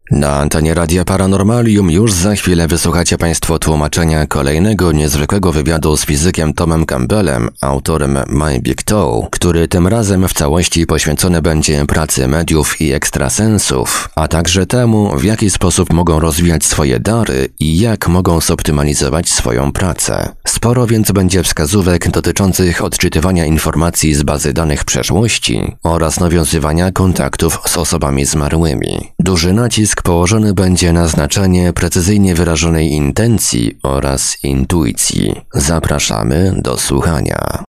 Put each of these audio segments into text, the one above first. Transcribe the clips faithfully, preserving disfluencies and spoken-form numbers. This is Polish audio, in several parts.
Na antenie Radia Paranormalium już za chwilę wysłuchacie Państwo tłumaczenia kolejnego niezwykłego wywiadu z fizykiem Tomem Campbellem, autorem My Big Toe, który tym razem w całości poświęcony będzie pracy mediów i ekstrasensów, a także temu, w jaki sposób mogą rozwijać swoje dary i jak mogą zoptymalizować swoją pracę. Sporo więc będzie wskazówek dotyczących odczytywania informacji z bazy danych przeszłości oraz nawiązywania kontaktów z osobami zmarłymi. Duży nacisk położony będzie na znaczenie precyzyjnie wyrażonej intencji oraz intuicji. Zapraszamy do słuchania.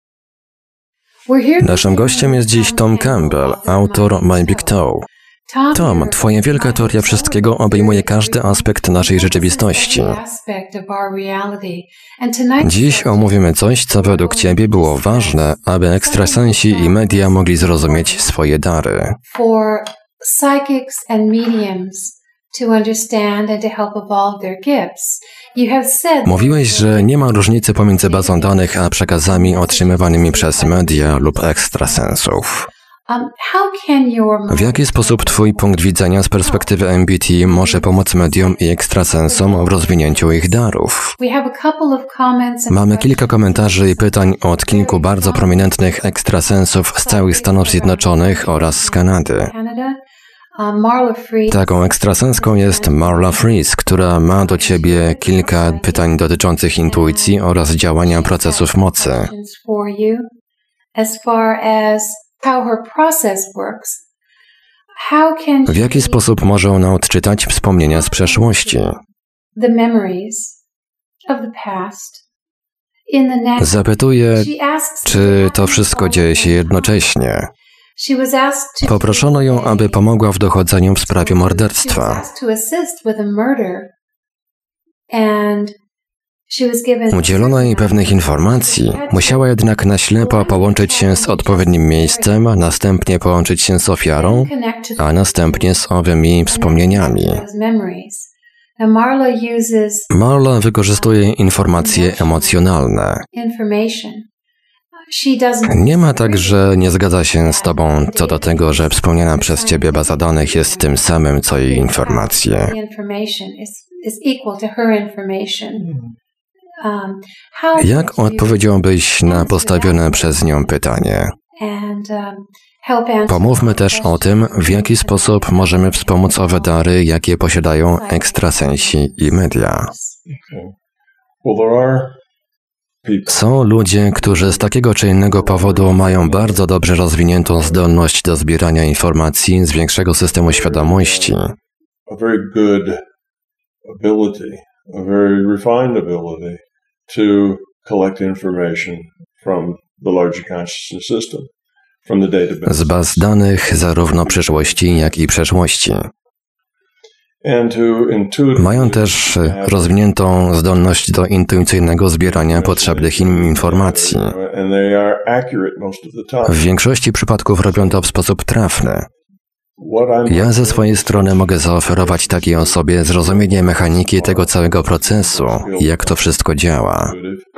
Naszym gościem jest dziś Tom Campbell, autor My Big Toe. Tom, twoja wielka teoria wszystkiego obejmuje każdy aspekt naszej rzeczywistości. Dziś omówimy coś, co według ciebie było ważne, aby ekstrasensi i media mogli zrozumieć swoje dary. Psychics and mediums to understand and to help evolve their gifts. You have said Mówiłeś, że nie ma różnicy pomiędzy bazą danych a przekazami otrzymywanymi przez media lub ekstrasensów. Um, how can your W jaki sposób twój punkt widzenia z perspektywy M B T może pomóc medium i ekstrasensom w rozwinięciu ich darów? We have a couple of comments and Mamy kilka komentarzy i pytań od kilku bardzo prominentnych ekstrasensów z całych Stanów Zjednoczonych oraz z Kanady. Canada. Um, Marla Freed. Taką ekstrasenską jest Marla Frees, która ma do ciebie kilka pytań dotyczących intuicji oraz działania procesów mocy. For you, as far as how her process works. How can W jaki sposób może ona odczytać wspomnienia z przeszłości? the memories of the past in the next? Zapytuje, She asks czy to wszystko dzieje się jednocześnie. She was asked to Poproszono ją, aby pomogła w dochodzeniu w sprawie She was morderstwa. asked to assist with a murder. And she was given Udzielono jej pewnych informacji, musiała jednak na ślepo połączyć się z odpowiednim miejscem, następnie połączyć się z ofiarą, connect to a następnie z owymi wspomnieniami. those memories. Now Marla uses Marla wykorzystuje informacje emocjonalne. information. She doesn't Nie ma tak, że nie zgadza się z tobą co do tego, że wspomniana przez ciebie baza danych jest tym samym, co jej informacje. The information is, is equal to her information. Um, how Jak would you odpowiedziałbyś na postawione przez nią pytanie? and um, help answer Pomówmy też o tym, w jaki sposób możemy wspomóc owe dary, jakie posiadają ekstrasensi i media. Well, there are people. Są ludzie, którzy z takiego czy innego powodu mają bardzo dobrze rozwiniętą zdolność do zbierania informacji z większego systemu świadomości. A very good ability, a very refined ability to collect information from the larger consciousness system, from the database. Z baz danych zarówno przyszłości, jak i przeszłości. And to intuitively Mają też rozwiniętą zdolność do intuicyjnego zbierania potrzebnych im informacji. and they are accurate most of the time. W większości przypadków robią to w sposób trafny. What I'm Ja ze swojej strony mogę zaoferować takiej osobie zrozumienie mechaniki tego całego procesu i jak to wszystko działa.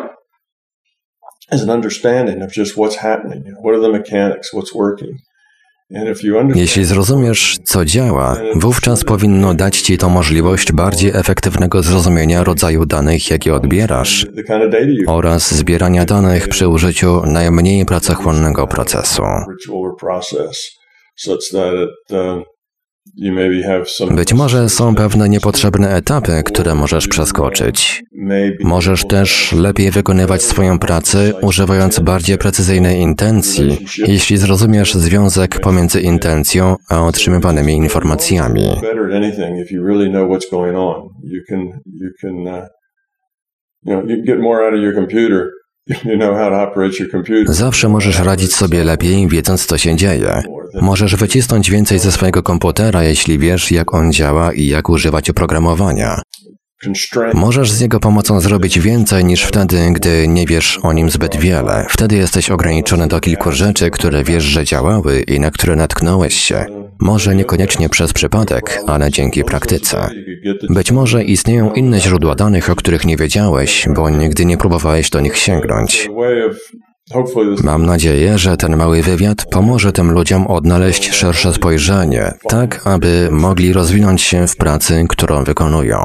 is an understanding of just what's happening. You know, what are the mechanics, what's working. And if you understand Jeśli zrozumiesz, co działa, wówczas powinno dać ci to możliwość bardziej efektywnego zrozumienia rodzaju danych, jakie odbierasz, the kind of data you oraz zbierania danych przy użyciu najmniej pracochłonnego procesu. ritual or process, such that it, um, you maybe have some Być może są pewne niepotrzebne etapy, które możesz przeskoczyć. maybe Możesz też lepiej wykonywać swoją pracę, używając bardziej precyzyjnej intencji, jeśli zrozumiesz związek pomiędzy intencją a otrzymywanymi informacjami. better at anything if you really know what's going on. You can you can uh, you know you get more out of your computer. You know how to operate your computer. Zawsze możesz radzić sobie lepiej, wiedząc, co się dzieje. Możesz wycisnąć więcej ze swojego komputera, jeśli wiesz, jak on działa i jak używać oprogramowania. Constraint. Możesz z jego pomocą zrobić więcej niż wtedy, gdy nie wiesz o nim zbyt wiele. Wtedy jesteś ograniczony do kilku rzeczy, które wiesz, że działały i na które natknąłeś się. Może niekoniecznie przez przypadek, ale dzięki praktyce. Być może istnieją inne źródła danych, o których nie wiedziałeś, bo nigdy nie próbowałeś do nich sięgnąć. A way of Mam nadzieję, że ten mały wywiad pomoże tym ludziom odnaleźć szersze spojrzenie, tak aby mogli rozwinąć się w pracy, którą wykonują.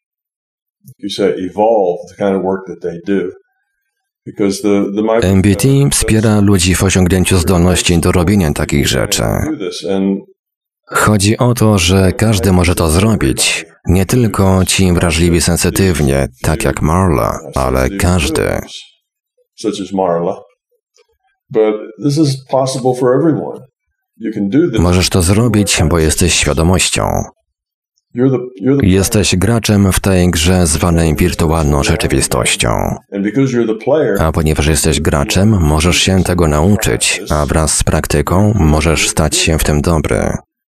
M B T wspiera ludzi w osiągnięciu zdolności do robienia takich rzeczy. Chodzi o to, że każdy może to zrobić. Nie tylko ci wrażliwi sensytywnie, tak jak Marla, ale każdy. Możesz to zrobić, bo jesteś świadomością. Jesteś graczem w tej grze zwanej wirtualną rzeczywistością. A ponieważ jesteś graczem, możesz się tego nauczyć, a wraz z praktyką możesz stać się w tym dobry.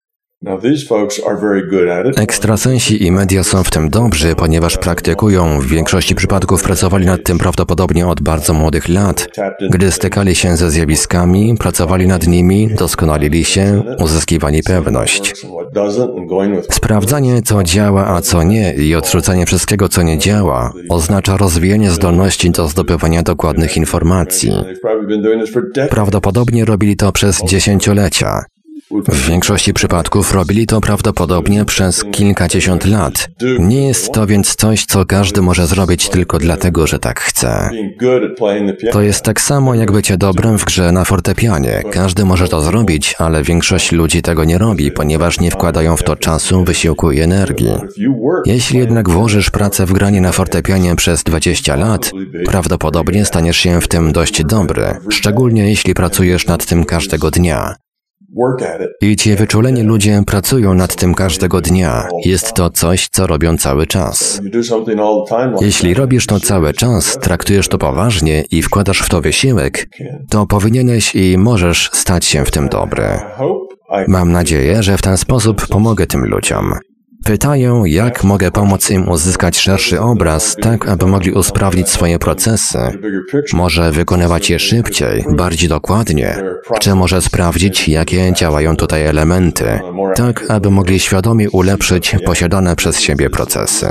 Ekstrasensi i media są w tym dobrzy, ponieważ praktykują, w większości przypadków pracowali nad tym prawdopodobnie od bardzo młodych lat. Gdy stykali się ze zjawiskami, pracowali nad nimi, doskonalili się, uzyskiwali pewność. Sprawdzanie, co działa, a co nie i odrzucanie wszystkiego, co nie działa, oznacza rozwijanie zdolności do zdobywania dokładnych informacji. Prawdopodobnie robili to przez dziesięciolecia. W większości przypadków robili to prawdopodobnie przez kilkadziesiąt lat. Nie jest to więc coś, co każdy może zrobić tylko dlatego, że tak chce. To jest tak samo jak bycie dobrym w grze na fortepianie. Każdy może to zrobić, ale większość ludzi tego nie robi, ponieważ nie wkładają w to czasu, wysiłku i energii. Jeśli jednak włożysz pracę w granie na fortepianie przez dwadzieścia lat, prawdopodobnie staniesz się w tym dość dobry, szczególnie jeśli pracujesz nad tym każdego dnia. I ci wyczuleni ludzie pracują nad tym każdego dnia. Jest to coś, co robią cały czas. Jeśli robisz to cały czas, traktujesz to poważnie i wkładasz w to wysiłek, to powinieneś i możesz stać się w tym dobry. Mam nadzieję, że w ten sposób pomogę tym ludziom. Pytają, jak mogę pomóc im uzyskać szerszy obraz, tak aby mogli usprawnić swoje procesy. Może wykonywać je szybciej, bardziej dokładnie, czy może sprawdzić, jakie działają tutaj elementy, tak aby mogli świadomie ulepszyć posiadane przez siebie procesy.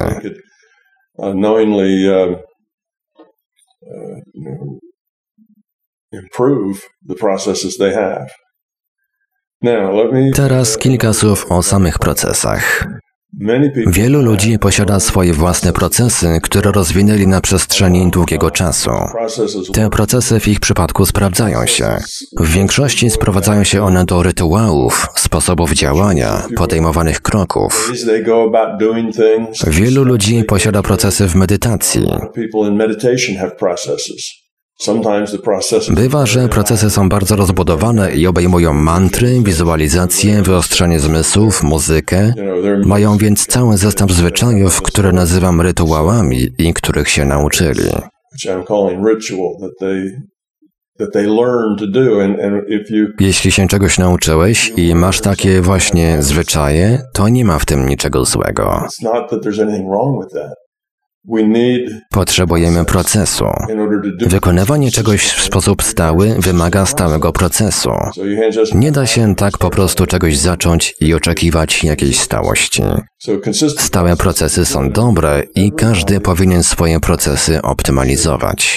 Teraz kilka słów o samych procesach. Wielu ludzi posiada swoje własne procesy, które rozwinęli na przestrzeni długiego czasu. Te procesy w ich przypadku sprawdzają się. W większości sprowadzają się one do rytuałów, sposobów działania, podejmowanych kroków. Wielu ludzi posiada procesy w medytacji. Bywa, że procesy są bardzo rozbudowane i obejmują mantry, wizualizacje, wyostrzenie zmysłów, muzykę. Mają więc cały zestaw zwyczajów, które nazywam rytuałami i których się nauczyli. Jeśli się czegoś nauczyłeś i masz takie właśnie zwyczaje, to nie ma w tym niczego złego. Potrzebujemy procesu. Wykonywanie czegoś w sposób stały wymaga stałego procesu. Nie da się tak po prostu czegoś zacząć i oczekiwać jakiejś stałości. Stałe procesy są dobre i każdy powinien swoje procesy optymalizować.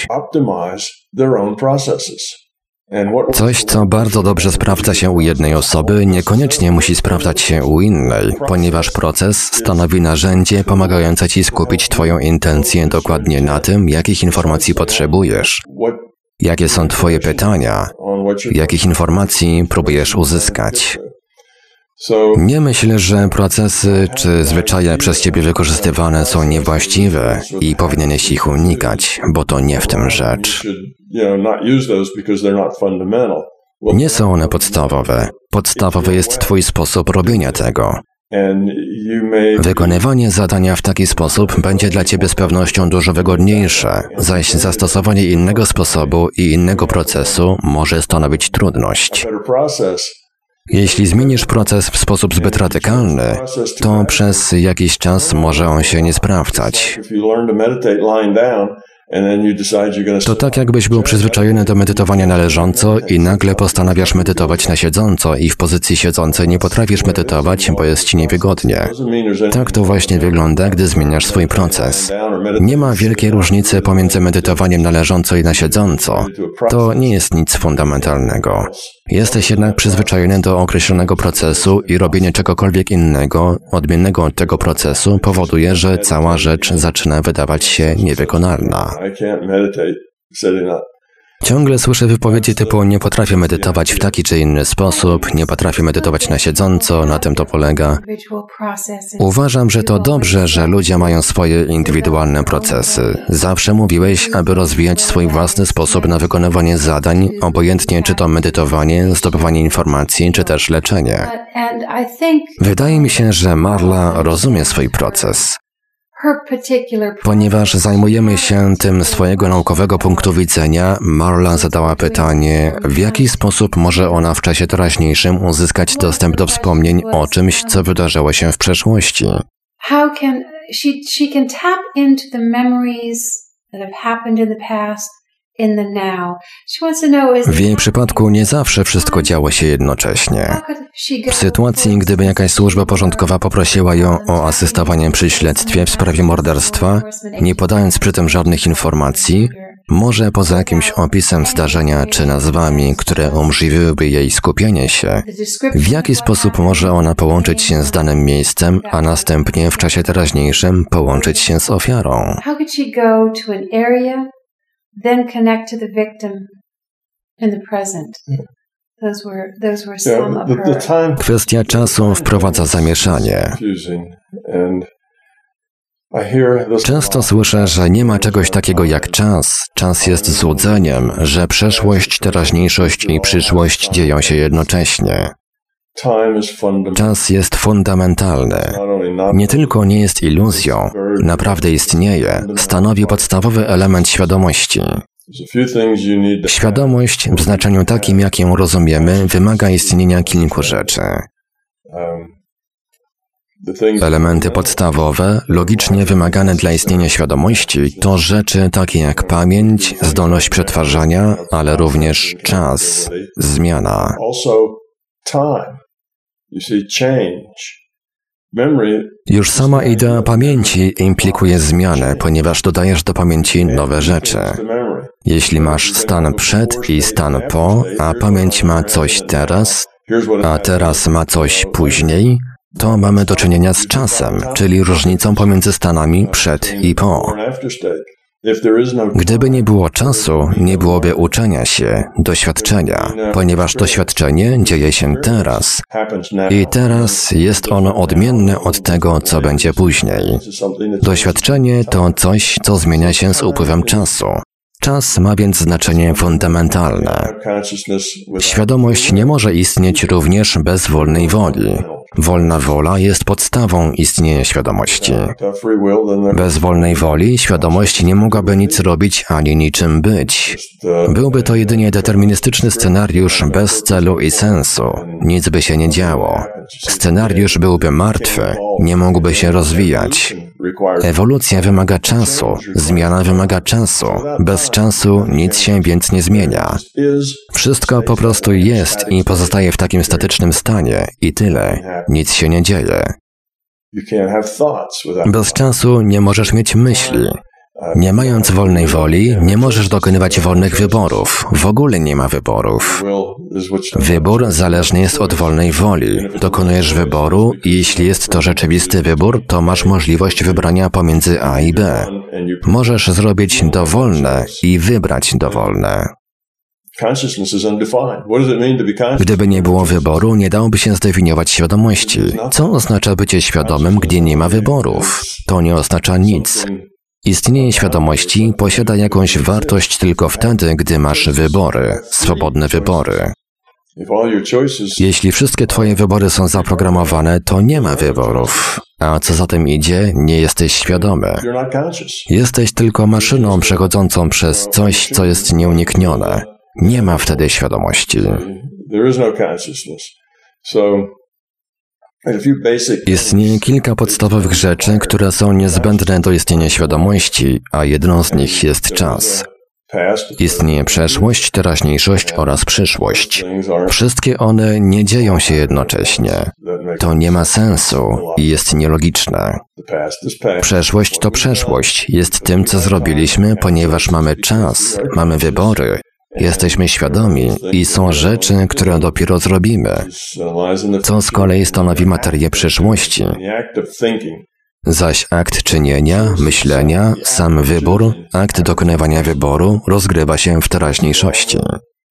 Coś, co bardzo dobrze sprawdza się u jednej osoby, niekoniecznie musi sprawdzać się u innej, ponieważ proces stanowi narzędzie pomagające Ci skupić Twoją intencję dokładnie na tym, jakich informacji potrzebujesz, jakie są Twoje pytania, jakich informacji próbujesz uzyskać. Nie myśl, że procesy czy zwyczaje przez Ciebie wykorzystywane są niewłaściwe i powinieneś ich unikać, bo to nie w tym rzecz. Nie są one podstawowe. Podstawowy jest Twój sposób robienia tego. Wykonywanie zadania w taki sposób będzie dla Ciebie z pewnością dużo wygodniejsze, zaś zastosowanie innego sposobu i innego procesu może stanowić trudność. Jeśli zmienisz proces w sposób zbyt radykalny, to przez jakiś czas może on się nie sprawdzać. To tak jakbyś był przyzwyczajony do medytowania na leżąco i nagle postanawiasz medytować na siedząco i w pozycji siedzącej nie potrafisz medytować, bo jest ci niewygodnie. Tak to właśnie wygląda, gdy zmieniasz swój proces. Nie ma wielkiej różnicy pomiędzy medytowaniem na leżąco i na siedząco. To nie jest nic fundamentalnego. Jesteś jednak przyzwyczajony do określonego procesu i robienie czegokolwiek innego, odmiennego od tego procesu, powoduje, że cała rzecz zaczyna wydawać się niewykonalna. Ciągle słyszę wypowiedzi typu nie potrafię medytować w taki czy inny sposób, nie potrafię medytować na siedząco, na tym to polega. Uważam, że to dobrze, że ludzie mają swoje indywidualne procesy. Zawsze mówiłeś, aby rozwijać swój własny sposób na wykonywanie zadań, obojętnie czy to medytowanie, zdobywanie informacji, czy też leczenie. Wydaje mi się, że Marla rozumie swój proces. Ponieważ zajmujemy się tym z twojego naukowego punktu widzenia, Marla zadała pytanie, w jaki sposób może ona w czasie teraźniejszym uzyskać dostęp do wspomnień o czymś, co wydarzyło się w przeszłości. How can she she can tap into the memories that have happened in the past in the now. She wants to know is W jej przypadku nie zawsze wszystko działo się jednocześnie. W sytuacji, gdyby jakaś służba porządkowa poprosiła ją o asystowanie przy śledztwie w sprawie morderstwa, nie podając przy tym żadnych informacji, może poza jakimś opisem zdarzenia czy nazwami, które umożliwiłyby jej skupienie się, w jaki sposób może ona połączyć się z danym miejscem, a następnie w czasie teraźniejszym połączyć się z ofiarą? How could she go to an area, then connect to the victim in the present? Those were those were some of her. Kwestia czasu wprowadza zamieszanie. Często słyszę, że nie ma czegoś takiego jak czas. Czas jest złudzeniem, że przeszłość, teraźniejszość i przyszłość dzieją się jednocześnie. Czas jest fundamentalny. Nie tylko nie jest iluzją, naprawdę istnieje, stanowi podstawowy element świadomości. Świadomość w znaczeniu takim, jak ją rozumiemy, wymaga istnienia kilku rzeczy. Elementy podstawowe, logicznie wymagane dla istnienia świadomości, to rzeczy takie jak pamięć, zdolność przetwarzania, ale również czas, zmiana. Już sama idea pamięci implikuje zmianę, ponieważ dodajesz do pamięci nowe rzeczy. Jeśli masz stan przed i stan po, a pamięć ma coś teraz, a teraz ma coś później, to mamy do czynienia z czasem, czyli różnicą pomiędzy stanami przed i po. Gdyby nie było czasu, nie byłoby uczenia się, doświadczenia, ponieważ doświadczenie dzieje się teraz. I teraz jest ono odmienne od tego, co będzie później. Doświadczenie to coś, co zmienia się z upływem czasu. Czas ma więc znaczenie fundamentalne. Świadomość nie może istnieć również bez wolnej woli. Wolna wola jest podstawą istnienia świadomości. Bez wolnej woli świadomość nie mogłaby nic robić ani niczym być. Byłby to jedynie deterministyczny scenariusz bez celu i sensu. Nic by się nie działo. Scenariusz byłby martwy, nie mógłby się rozwijać. Ewolucja wymaga czasu, zmiana wymaga czasu. Bez czasu nic się więc nie zmienia. Wszystko po prostu jest i pozostaje w takim statycznym stanie i tyle. Nic się nie dzieje. Bez czasu nie możesz mieć myśli. Nie mając wolnej woli, nie możesz dokonywać wolnych wyborów. W ogóle nie ma wyborów. Wybór zależny jest od wolnej woli. Dokonujesz wyboru i jeśli jest to rzeczywisty wybór, to masz możliwość wybrania pomiędzy A i B. Możesz zrobić dowolne i wybrać dowolne. Gdyby nie było wyboru, nie dałoby się zdefiniować świadomości. Co oznacza bycie świadomym, gdy nie ma wyborów? To nie oznacza nic. Istnienie świadomości posiada jakąś wartość tylko wtedy, gdy masz wybory, swobodne wybory. Jeśli wszystkie twoje wybory są zaprogramowane, to nie ma wyborów. A co za tym idzie, nie jesteś świadomy. Jesteś tylko maszyną przechodzącą przez coś, co jest nieuniknione. Nie ma wtedy świadomości. Istnieje kilka podstawowych rzeczy, które są niezbędne do istnienia świadomości, a jedną z nich jest czas. Istnieje przeszłość, teraźniejszość oraz przyszłość. Wszystkie one nie dzieją się jednocześnie. To nie ma sensu i jest nielogiczne. Przeszłość to przeszłość, jest tym, co zrobiliśmy, ponieważ mamy czas, mamy wybory. Jesteśmy świadomi i są rzeczy, które dopiero zrobimy, co z kolei stanowi materię przyszłości. Zaś akt czynienia, myślenia, sam wybór, akt dokonywania wyboru rozgrywa się w teraźniejszości.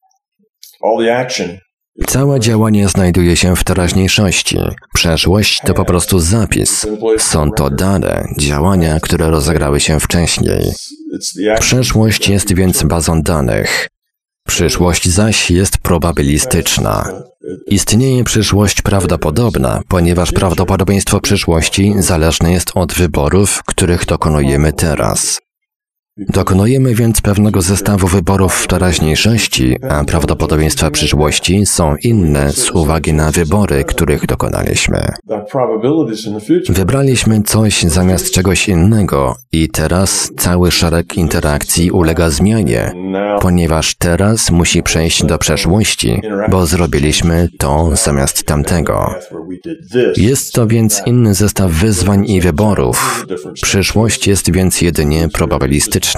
Całe działanie znajduje się w teraźniejszości. Przeszłość to po prostu zapis. Są to dane, działania, które rozegrały się wcześniej. Przeszłość jest więc bazą danych. Przyszłość zaś jest probabilistyczna. Istnieje przyszłość prawdopodobna, ponieważ prawdopodobieństwo przyszłości zależne jest od wyborów, których dokonujemy teraz. Dokonujemy więc pewnego zestawu wyborów w teraźniejszości, a prawdopodobieństwa przyszłości są inne z uwagi na wybory, których dokonaliśmy. Wybraliśmy coś zamiast czegoś innego i teraz cały szereg interakcji ulega zmianie, ponieważ teraz musi przejść do przeszłości, bo zrobiliśmy to zamiast tamtego. Jest to więc inny zestaw wyzwań i wyborów. Przyszłość jest więc jedynie probabilistyczna.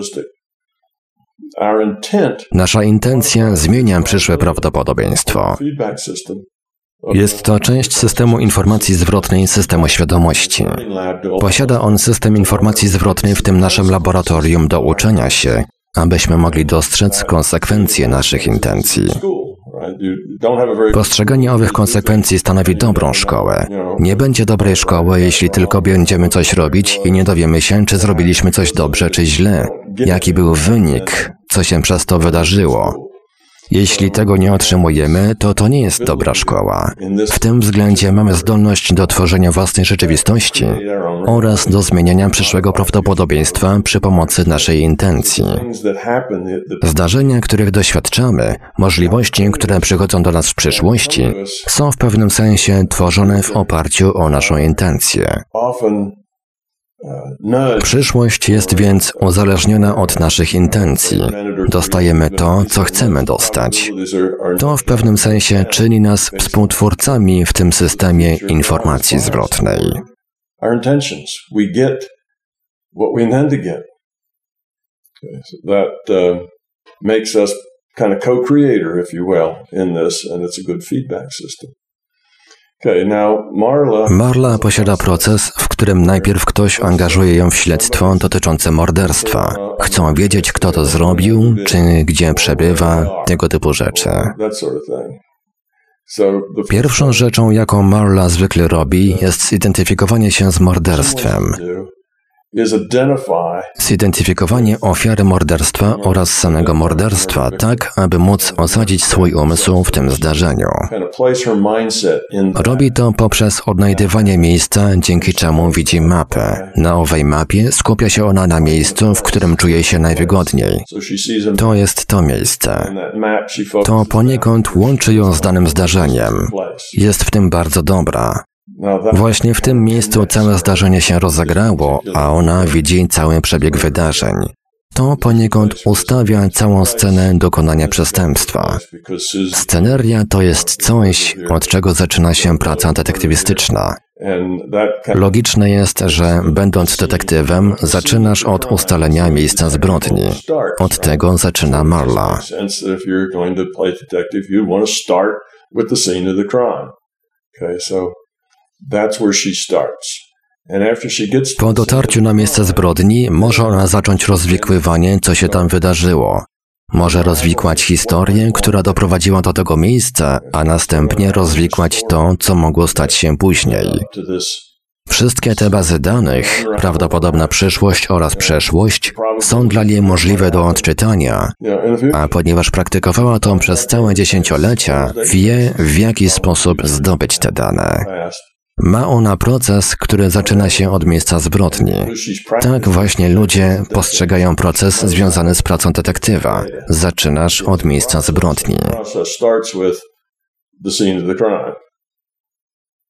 Nasza intencja zmienia przyszłe prawdopodobieństwo. Jest to część systemu informacji zwrotnej systemu świadomości. Posiada on system informacji zwrotnej w tym naszym laboratorium do uczenia się, abyśmy mogli dostrzec konsekwencje naszych intencji. Postrzeganie owych konsekwencji stanowi dobrą szkołę. Nie będzie dobrej szkoły, jeśli tylko będziemy coś robić i nie dowiemy się, czy zrobiliśmy coś dobrze, czy źle. Jaki był wynik, co się przez to wydarzyło. Jeśli tego nie otrzymujemy, to to nie jest dobra szkoła. W tym względzie mamy zdolność do tworzenia własnej rzeczywistości oraz do zmieniania przyszłego prawdopodobieństwa przy pomocy naszej intencji. Zdarzenia, których doświadczamy, możliwości, które przychodzą do nas w przyszłości, są w pewnym sensie tworzone w oparciu o naszą intencję. Przyszłość jest więc uzależniona od naszych intencji. Dostajemy to, co chcemy dostać. To w pewnym sensie czyni nas współtwórcami w tym systemie informacji zwrotnej. Marla posiada proces, w którym najpierw ktoś angażuje ją w śledztwo dotyczące morderstwa. Chcą wiedzieć, kto to zrobił, czy gdzie przebywa, tego typu rzeczy. Pierwszą rzeczą, jaką Marla zwykle robi, jest zidentyfikowanie się z morderstwem. Zidentyfikowanie ofiary morderstwa oraz samego morderstwa, tak aby móc osadzić swój umysł w tym zdarzeniu. Robi to poprzez odnajdywanie miejsca, dzięki czemu widzi mapę. Na owej mapie skupia się ona na miejscu, w którym czuje się najwygodniej. To jest to miejsce. To poniekąd łączy ją z danym zdarzeniem. Jest w tym bardzo dobra. Właśnie w tym miejscu całe zdarzenie się rozegrało, a ona widzi cały przebieg wydarzeń. To poniekąd ustawia całą scenę dokonania przestępstwa. Sceneria to jest coś, od czego zaczyna się praca detektywistyczna. Logiczne jest, że będąc detektywem, zaczynasz od ustalenia miejsca zbrodni. Od tego zaczyna Marla. Po dotarciu na miejsce zbrodni może ona zacząć rozwikływanie, co się tam wydarzyło. Może rozwikłać historię, która doprowadziła do tego miejsca, a następnie rozwikłać to, co mogło stać się później. Wszystkie te bazy danych, prawdopodobna przyszłość oraz przeszłość, są dla niej możliwe do odczytania, a ponieważ praktykowała to przez całe dziesięciolecia, wie, w jaki sposób zdobyć te dane. Ma ona proces, który zaczyna się od miejsca zbrodni. Tak właśnie ludzie postrzegają proces związany z pracą detektywa. Zaczynasz od miejsca zbrodni.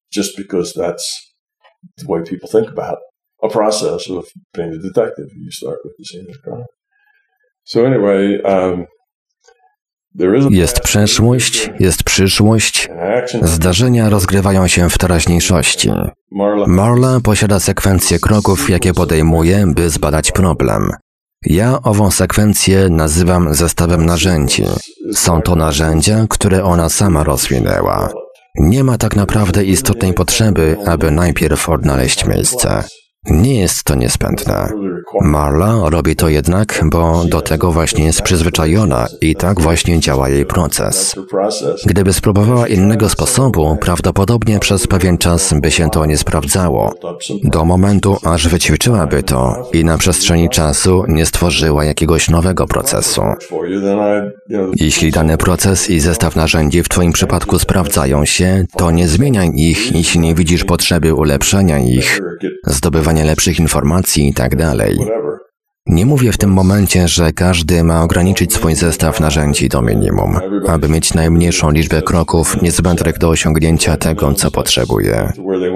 just because that's the way people think about a process of being a detective. You start with the scene of crime. So anyway, um, Jest przeszłość, jest przyszłość, zdarzenia rozgrywają się w teraźniejszości. Marla posiada sekwencję kroków, jakie podejmuje, by zbadać problem. Ja ową sekwencję nazywam zestawem narzędzi. Są to narzędzia, które ona sama rozwinęła. Nie ma tak naprawdę istotnej potrzeby, aby najpierw odnaleźć miejsce. Nie jest to niezbędne. Marla robi to jednak, bo do tego właśnie jest przyzwyczajona i tak właśnie działa jej proces. Gdyby spróbowała innego sposobu, prawdopodobnie przez pewien czas by się to nie sprawdzało. Do momentu, aż wyćwiczyłaby to i na przestrzeni czasu nie stworzyła jakiegoś nowego procesu. Jeśli dany proces i zestaw narzędzi w Twoim przypadku sprawdzają się, to nie zmieniaj ich, jeśli nie widzisz potrzeby ulepszenia ich, zdobywania lepszych informacji i tak dalej. Nie mówię w tym momencie, że każdy ma ograniczyć swój zestaw narzędzi do minimum, aby mieć najmniejszą liczbę kroków niezbędnych do osiągnięcia tego, co potrzebuje.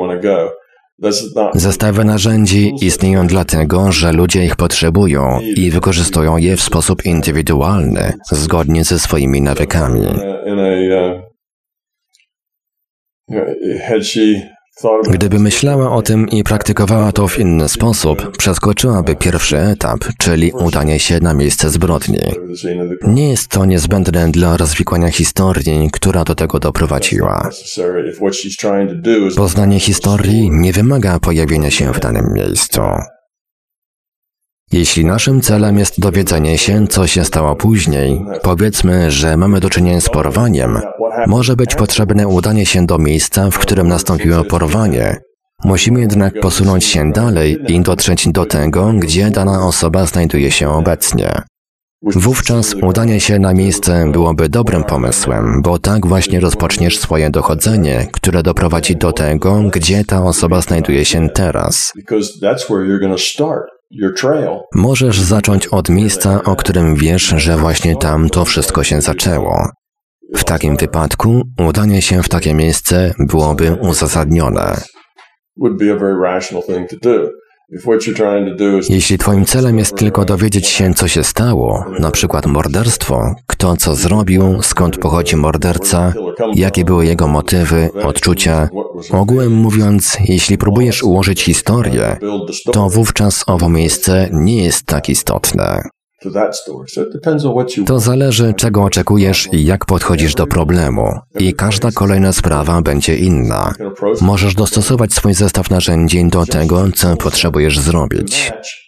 Zestawy narzędzi istnieją dlatego, że ludzie ich potrzebują i wykorzystują je w sposób indywidualny, zgodnie ze swoimi nawykami. Gdyby myślała o tym i praktykowała to w inny sposób, przeskoczyłaby pierwszy etap, czyli udanie się na miejsce zbrodni. Nie jest to niezbędne dla rozwikłania historii, która do tego doprowadziła. Poznanie historii nie wymaga pojawienia się w danym miejscu. Jeśli naszym celem jest dowiedzenie się, co się stało później, powiedzmy, że mamy do czynienia z porwaniem, może być potrzebne udanie się do miejsca, w którym nastąpiło porwanie. Musimy jednak posunąć się dalej i dotrzeć do tego, gdzie dana osoba znajduje się obecnie. Wówczas udanie się na miejsce byłoby dobrym pomysłem, bo tak właśnie rozpoczniesz swoje dochodzenie, które doprowadzi do tego, gdzie ta osoba znajduje się teraz. Możesz zacząć od miejsca, o którym wiesz, że właśnie tam to wszystko się zaczęło. W takim wypadku udanie się w takie miejsce byłoby uzasadnione. Jeśli Twoim celem jest tylko dowiedzieć się, co się stało, na przykład morderstwo, kto co zrobił, skąd pochodzi morderca, jakie były jego motywy, odczucia, ogółem mówiąc, jeśli próbujesz ułożyć historię, to wówczas owo miejsce nie jest tak istotne. To zależy, czego oczekujesz i jak podchodzisz do problemu. I każda kolejna sprawa będzie inna. Możesz dostosować swój zestaw narzędzi do tego, co potrzebujesz zrobić.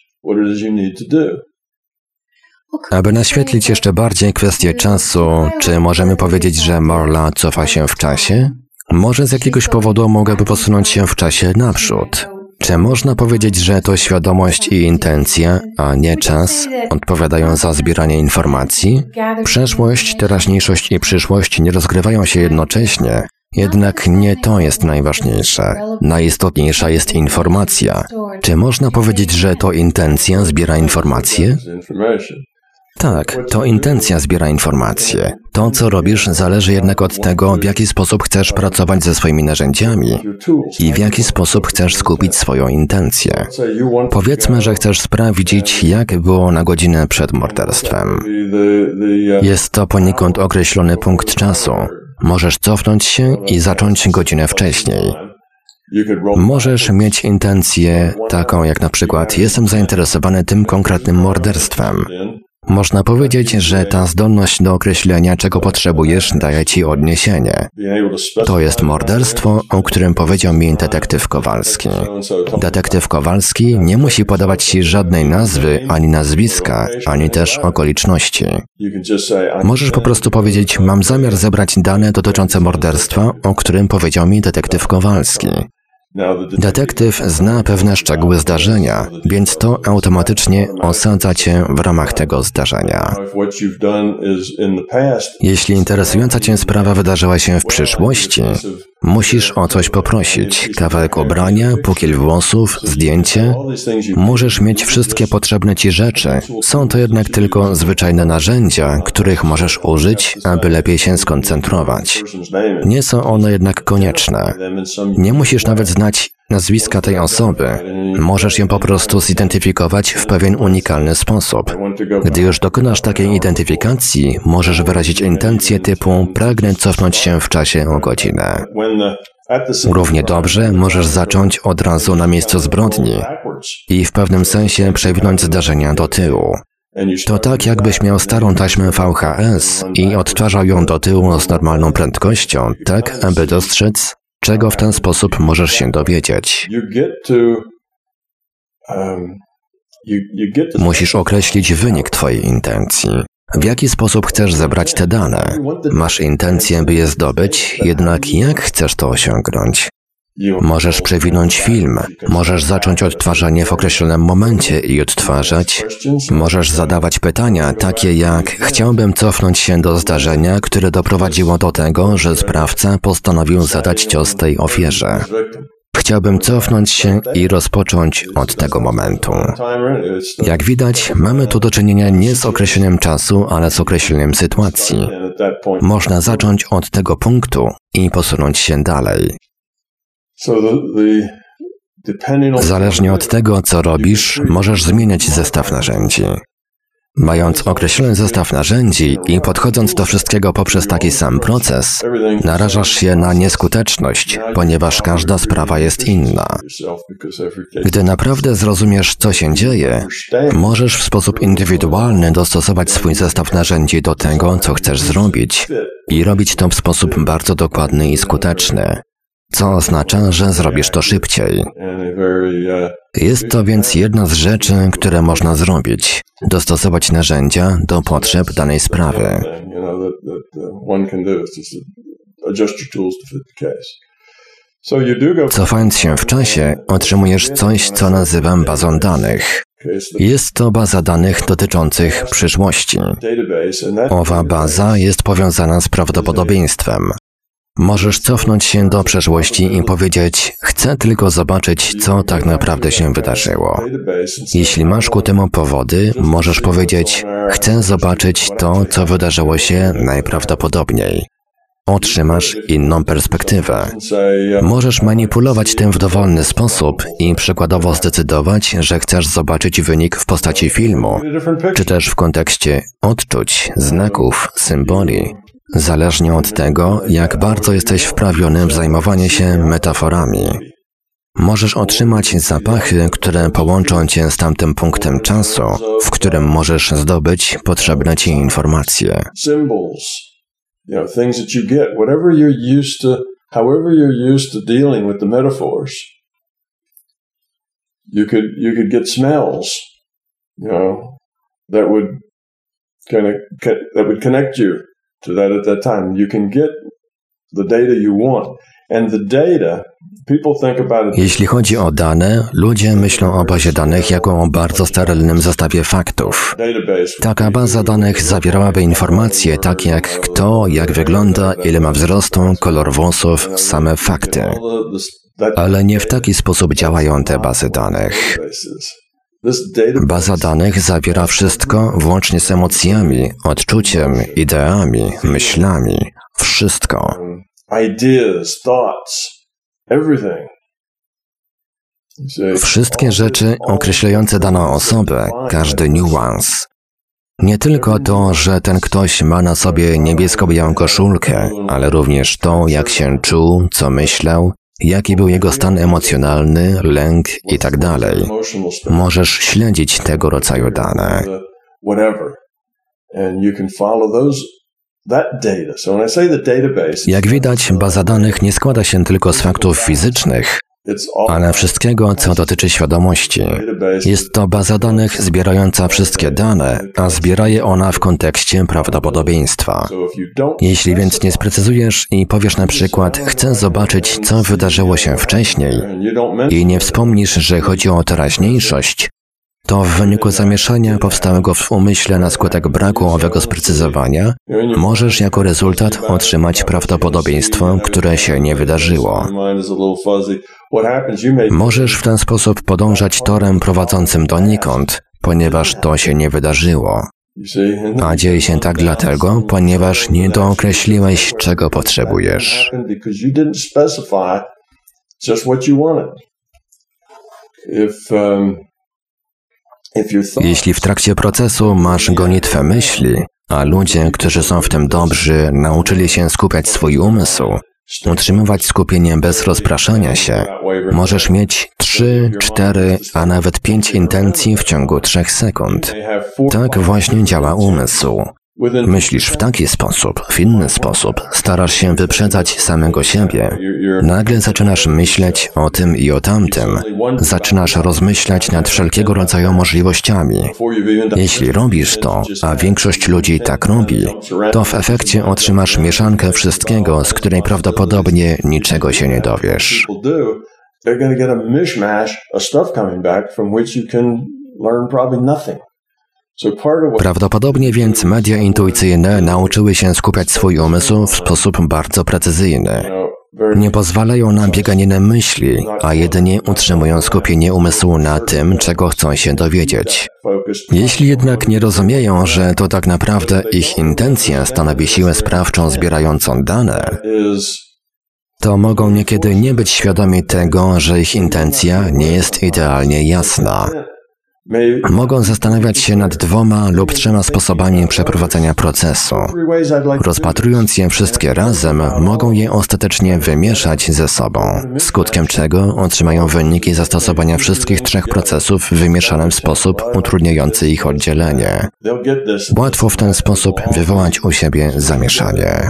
Aby naświetlić jeszcze bardziej kwestię czasu, czy możemy powiedzieć, że Marla cofa się w czasie? Może z jakiegoś powodu mogłaby posunąć się w czasie naprzód. Czy można powiedzieć, że to świadomość i intencja, a nie czas, odpowiadają za zbieranie informacji? Przeszłość, teraźniejszość i przyszłość nie rozgrywają się jednocześnie, jednak nie to jest najważniejsze. Najistotniejsza jest informacja. Czy można powiedzieć, że to intencja zbiera informacje? Tak, to intencja zbiera informacje. To, co robisz, zależy jednak od tego, w jaki sposób chcesz pracować ze swoimi narzędziami i w jaki sposób chcesz skupić swoją intencję. Powiedzmy, że chcesz sprawdzić, jak było na godzinę przed morderstwem. Jest to poniekąd określony punkt czasu. Możesz cofnąć się i zacząć godzinę wcześniej. Możesz mieć intencję taką jak na przykład jestem zainteresowany tym konkretnym morderstwem. Można powiedzieć, że ta zdolność do określenia, czego potrzebujesz, daje ci odniesienie. To jest morderstwo, o którym powiedział mi detektyw Kowalski. Detektyw Kowalski nie musi podawać ci żadnej nazwy, ani nazwiska, ani też okoliczności. Możesz po prostu powiedzieć, mam zamiar zebrać dane dotyczące morderstwa, o którym powiedział mi detektyw Kowalski. Detektyw zna pewne szczegóły zdarzenia, więc to automatycznie osadza cię w ramach tego zdarzenia. Jeśli interesująca cię sprawa wydarzyła się w przyszłości, Musisz o coś poprosić. Kawałek ubrania, pukiel włosów, zdjęcie. Możesz mieć wszystkie potrzebne ci rzeczy. Są to jednak tylko zwyczajne narzędzia, których możesz użyć, aby lepiej się skoncentrować. Nie są one jednak konieczne. Nie musisz nawet znać nazwiska tej osoby. Możesz ją po prostu zidentyfikować w pewien unikalny sposób. Gdy już dokonasz takiej identyfikacji, możesz wyrazić intencję typu pragnę cofnąć się w czasie o godzinę. Równie dobrze możesz zacząć od razu na miejscu zbrodni i w pewnym sensie przewinąć zdarzenia do tyłu. To tak, jakbyś miał starą taśmę V H S i odtwarzał ją do tyłu z normalną prędkością, tak aby dostrzec, czego w ten sposób możesz się dowiedzieć. Musisz określić wynik twojej intencji. W jaki sposób chcesz zebrać te dane? Masz intencję, by je zdobyć, jednak jak chcesz to osiągnąć? Możesz przewinąć film, możesz zacząć odtwarzanie w określonym momencie i odtwarzać. Możesz zadawać pytania takie jak chciałbym cofnąć się do zdarzenia, które doprowadziło do tego, że sprawca postanowił zadać cios tej ofierze. Chciałbym cofnąć się i rozpocząć od tego momentu. Jak widać, mamy tu do czynienia nie z określeniem czasu, ale z określeniem sytuacji. Można zacząć od tego punktu i posunąć się dalej. Zależnie od tego, co robisz, możesz zmieniać zestaw narzędzi. Mając określony zestaw narzędzi i podchodząc do wszystkiego poprzez taki sam proces, narażasz się na nieskuteczność, ponieważ każda sprawa jest inna. Gdy naprawdę zrozumiesz, co się dzieje, możesz w sposób indywidualny dostosować swój zestaw narzędzi do tego, co chcesz zrobić i robić to w sposób bardzo dokładny i skuteczny. Co oznacza, że zrobisz to szybciej. Jest to więc jedna z rzeczy, które można zrobić. Dostosować narzędzia do potrzeb danej sprawy. Cofając się w czasie, otrzymujesz coś, co nazywam bazą danych. Jest to baza danych dotyczących przyszłości. Owa baza jest powiązana z prawdopodobieństwem. Możesz cofnąć się do przeszłości i powiedzieć, chcę tylko zobaczyć, co tak naprawdę się wydarzyło. Jeśli masz ku temu powody, możesz powiedzieć, chcę zobaczyć to, co wydarzyło się najprawdopodobniej. Otrzymasz inną perspektywę. Możesz manipulować tym w dowolny sposób i przykładowo zdecydować, że chcesz zobaczyć wynik w postaci filmu, czy też w kontekście odczuć, znaków, symboli. Zależnie od tego, jak bardzo jesteś wprawiony w zajmowanie się metaforami. Możesz otrzymać zapachy, które połączą cię z tamtym punktem czasu, w którym możesz zdobyć potrzebne ci informacje. To that at that time, you can get the data you want, and the data. People think about it. Jeśli chodzi o dane, ludzie myślą o bazie danych jako o bardzo sterylnym zestawie faktów. Taka baza danych zawierałaby informacje takie jak kto, jak wygląda, ile ma wzrostu, kolor włosów, same fakty. Ale nie w taki sposób działają te bazy danych. Baza danych zawiera wszystko, włącznie z emocjami, odczuciem, ideami, myślami. Wszystko. Wszystkie rzeczy określające daną osobę, każdy niuans. Nie tylko to, że ten ktoś ma na sobie niebiesko-białą koszulkę, ale również to, jak się czuł, co myślał, jaki był jego stan emocjonalny, lęk i tak dalej. Możesz śledzić tego rodzaju dane. Jak widać, baza danych nie składa się tylko z faktów fizycznych, ale wszystkiego, co dotyczy świadomości. Jest to baza danych zbierająca wszystkie dane, a zbiera je ona w kontekście prawdopodobieństwa. Jeśli więc nie sprecyzujesz i powiesz na przykład, chcę zobaczyć, co wydarzyło się wcześniej i nie wspomnisz, że chodzi o teraźniejszość, to w wyniku zamieszania powstałego w umyśle na skutek braku owego sprecyzowania możesz jako rezultat otrzymać prawdopodobieństwo, które się nie wydarzyło. Możesz w ten sposób podążać torem prowadzącym donikąd, ponieważ to się nie wydarzyło. A dzieje się tak dlatego, ponieważ nie dookreśliłeś, czego potrzebujesz. Jeśli w trakcie procesu masz gonitwę myśli, a ludzie, którzy są w tym dobrzy, nauczyli się skupiać swój umysł, utrzymywać skupienie bez rozpraszania się, możesz mieć trzy, cztery, a nawet pięć intencji w ciągu trzech sekund. Tak właśnie działa umysł. Myślisz w taki sposób, w inny sposób, starasz się wyprzedzać samego siebie. Nagle zaczynasz myśleć o tym i o tamtym. Zaczynasz rozmyślać nad wszelkiego rodzaju możliwościami. Jeśli robisz to, a większość ludzi tak robi, to w efekcie otrzymasz mieszankę wszystkiego, z której prawdopodobnie niczego się nie dowiesz. Prawdopodobnie więc media intuicyjne nauczyły się skupiać swój umysł w sposób bardzo precyzyjny. Nie pozwalają na bieganinę myśli, a jedynie utrzymują skupienie umysłu na tym, czego chcą się dowiedzieć. Jeśli jednak nie rozumieją, że to tak naprawdę ich intencja stanowi siłę sprawczą zbierającą dane, to mogą niekiedy nie być świadomi tego, że ich intencja nie jest idealnie jasna. Mogą zastanawiać się nad dwoma lub trzema sposobami przeprowadzenia procesu. Rozpatrując je wszystkie razem, mogą je ostatecznie wymieszać ze sobą, skutkiem czego otrzymają wyniki zastosowania wszystkich trzech procesów w wymieszanym sposób utrudniający ich oddzielenie. Łatwo w ten sposób wywołać u siebie zamieszanie.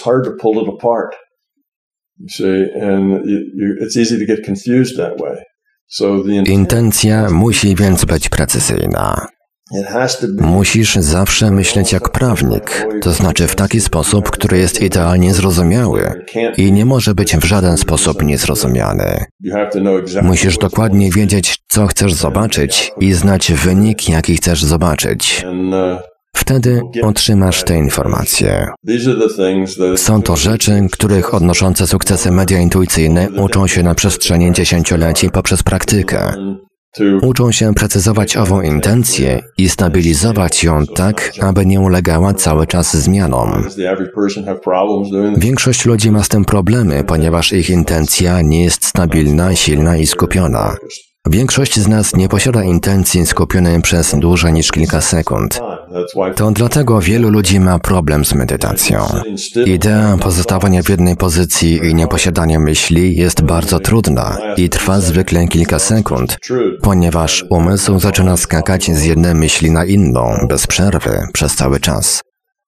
Intencja musi więc być precyzyjna. Musisz zawsze myśleć jak prawnik, to znaczy w taki sposób, który jest idealnie zrozumiały i nie może być w żaden sposób niezrozumiany. Musisz dokładnie wiedzieć, co chcesz zobaczyć i znać wynik, jaki chcesz zobaczyć. Wtedy otrzymasz te informacje. Są to rzeczy, których odnoszące sukcesy media intuicyjne uczą się na przestrzeni dziesięcioleci poprzez praktykę. Uczą się precyzować ową intencję i stabilizować ją tak, aby nie ulegała cały czas zmianom. Większość ludzi ma z tym problemy, ponieważ ich intencja nie jest stabilna, silna i skupiona. Większość z nas nie posiada intencji skupionej przez dłużej niż kilka sekund. To dlatego wielu ludzi ma problem z medytacją. Idea pozostawania w jednej pozycji i nieposiadania myśli jest bardzo trudna i trwa zwykle kilka sekund, ponieważ umysł zaczyna skakać z jednej myśli na inną, bez przerwy, przez cały czas.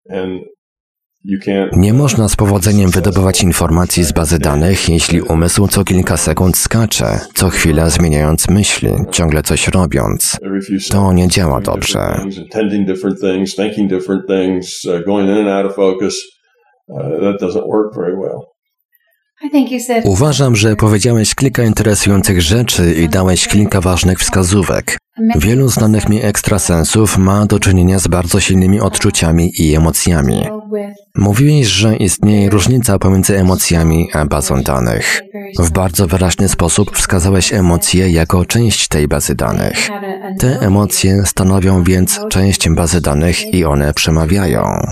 Nie można z powodzeniem wydobywać informacji z bazy danych, jeśli umysł co kilka sekund skacze, co chwilę zmieniając myśli, ciągle coś robiąc. To nie działa dobrze. Uważam, że powiedziałeś kilka interesujących rzeczy i dałeś kilka ważnych wskazówek. Wielu znanych mi ekstrasensów ma do czynienia z bardzo silnymi odczuciami i emocjami. Mówiłeś, że istnieje różnica pomiędzy emocjami a bazą danych. W bardzo wyraźny sposób wskazałeś emocje jako część tej bazy danych. Te emocje stanowią więc część bazy danych i one przemawiają.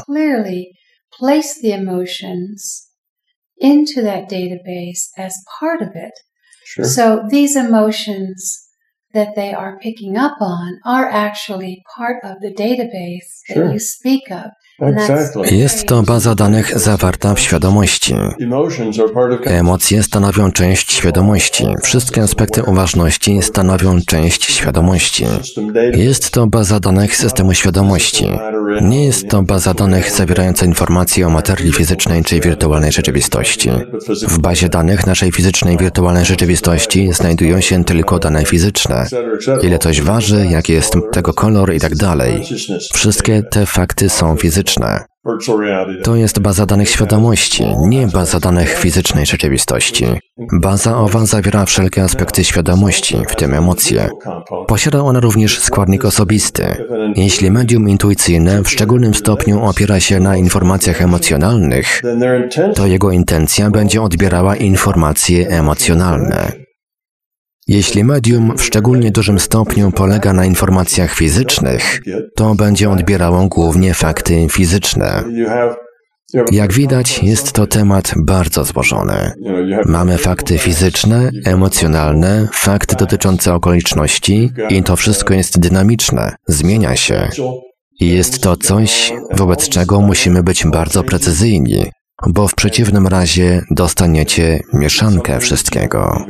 Into that database as part of it. Sure. So these emotions that they are picking up on are actually part of the database that sure. you speak of. Exactly. Jest to baza danych zawarta w świadomości. Emocje stanowią część świadomości. Wszystkie aspekty uważności stanowią część świadomości. Jest to baza danych systemu świadomości. Nie jest to baza danych zawierająca informacje o materii fizycznej czy wirtualnej rzeczywistości. W bazie danych naszej fizycznej wirtualnej rzeczywistości znajdują się tylko dane fizyczne. Ile coś waży, jaki jest tego kolor i tak dalej. Wszystkie te fakty są fizyczne. fizyczne. To jest baza danych świadomości, nie baza danych fizycznej rzeczywistości. Baza owa zawiera wszelkie aspekty świadomości, w tym emocje. Posiada ona również składnik osobisty. Jeśli medium intuicyjne w szczególnym stopniu opiera się na informacjach emocjonalnych, to jego intencja będzie odbierała informacje emocjonalne. Jeśli medium w szczególnie dużym stopniu polega na informacjach fizycznych, to będzie odbierało głównie fakty fizyczne. Jak widać, jest to temat bardzo złożony. Mamy fakty fizyczne, emocjonalne, fakty dotyczące okoliczności i to wszystko jest dynamiczne, zmienia się. I jest to coś, wobec czego musimy być bardzo precyzyjni, bo w przeciwnym razie dostaniecie mieszankę wszystkiego.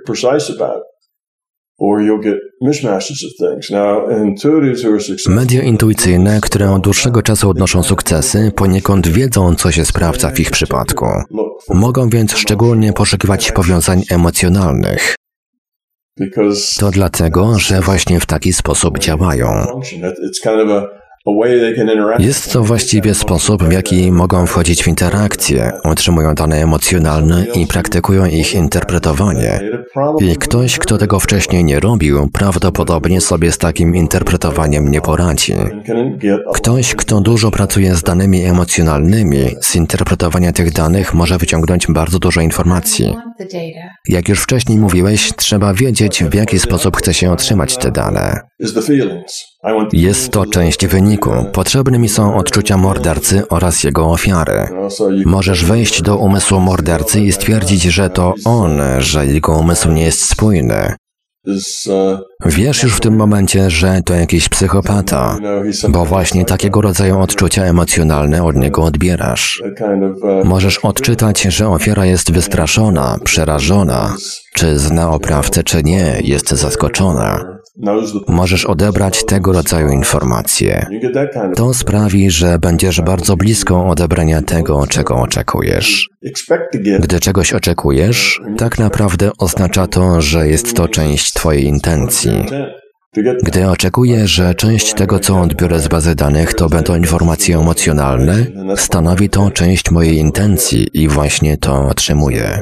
Media intuicyjne, które od dłuższego czasu odnoszą sukcesy, poniekąd wiedzą, co się sprawdza w ich przypadku. Mogą więc szczególnie poszukiwać powiązań emocjonalnych. To dlatego, że właśnie w taki sposób działają. Jest to właściwie sposób, w jaki mogą wchodzić w interakcje, otrzymują dane emocjonalne i praktykują ich interpretowanie. I ktoś, kto tego wcześniej nie robił, prawdopodobnie sobie z takim interpretowaniem nie poradzi. Ktoś, kto dużo pracuje z danymi emocjonalnymi, z interpretowania tych danych może wyciągnąć bardzo dużo informacji. Jak już wcześniej mówiłeś, trzeba wiedzieć, w jaki sposób chce się otrzymać te dane. Jest to część wyniku. Potrzebne mi są odczucia mordercy oraz jego ofiary. Możesz wejść do umysłu mordercy i stwierdzić, że to on, że jego umysł nie jest spójny. Wiesz już w tym momencie, że to jakiś psychopata, bo właśnie takiego rodzaju odczucia emocjonalne od niego odbierasz. Możesz odczytać, że ofiara jest wystraszona, przerażona, czy zna oprawcę, czy nie, jest zaskoczona. Możesz odebrać tego rodzaju informacje. To sprawi, że będziesz bardzo blisko odebrania tego, czego oczekujesz. Gdy czegoś oczekujesz, tak naprawdę oznacza to, że jest to część twojej intencji. Gdy oczekuję, że część tego, co odbiorę z bazy danych, to będą informacje emocjonalne, stanowi to część mojej intencji i właśnie to otrzymuję.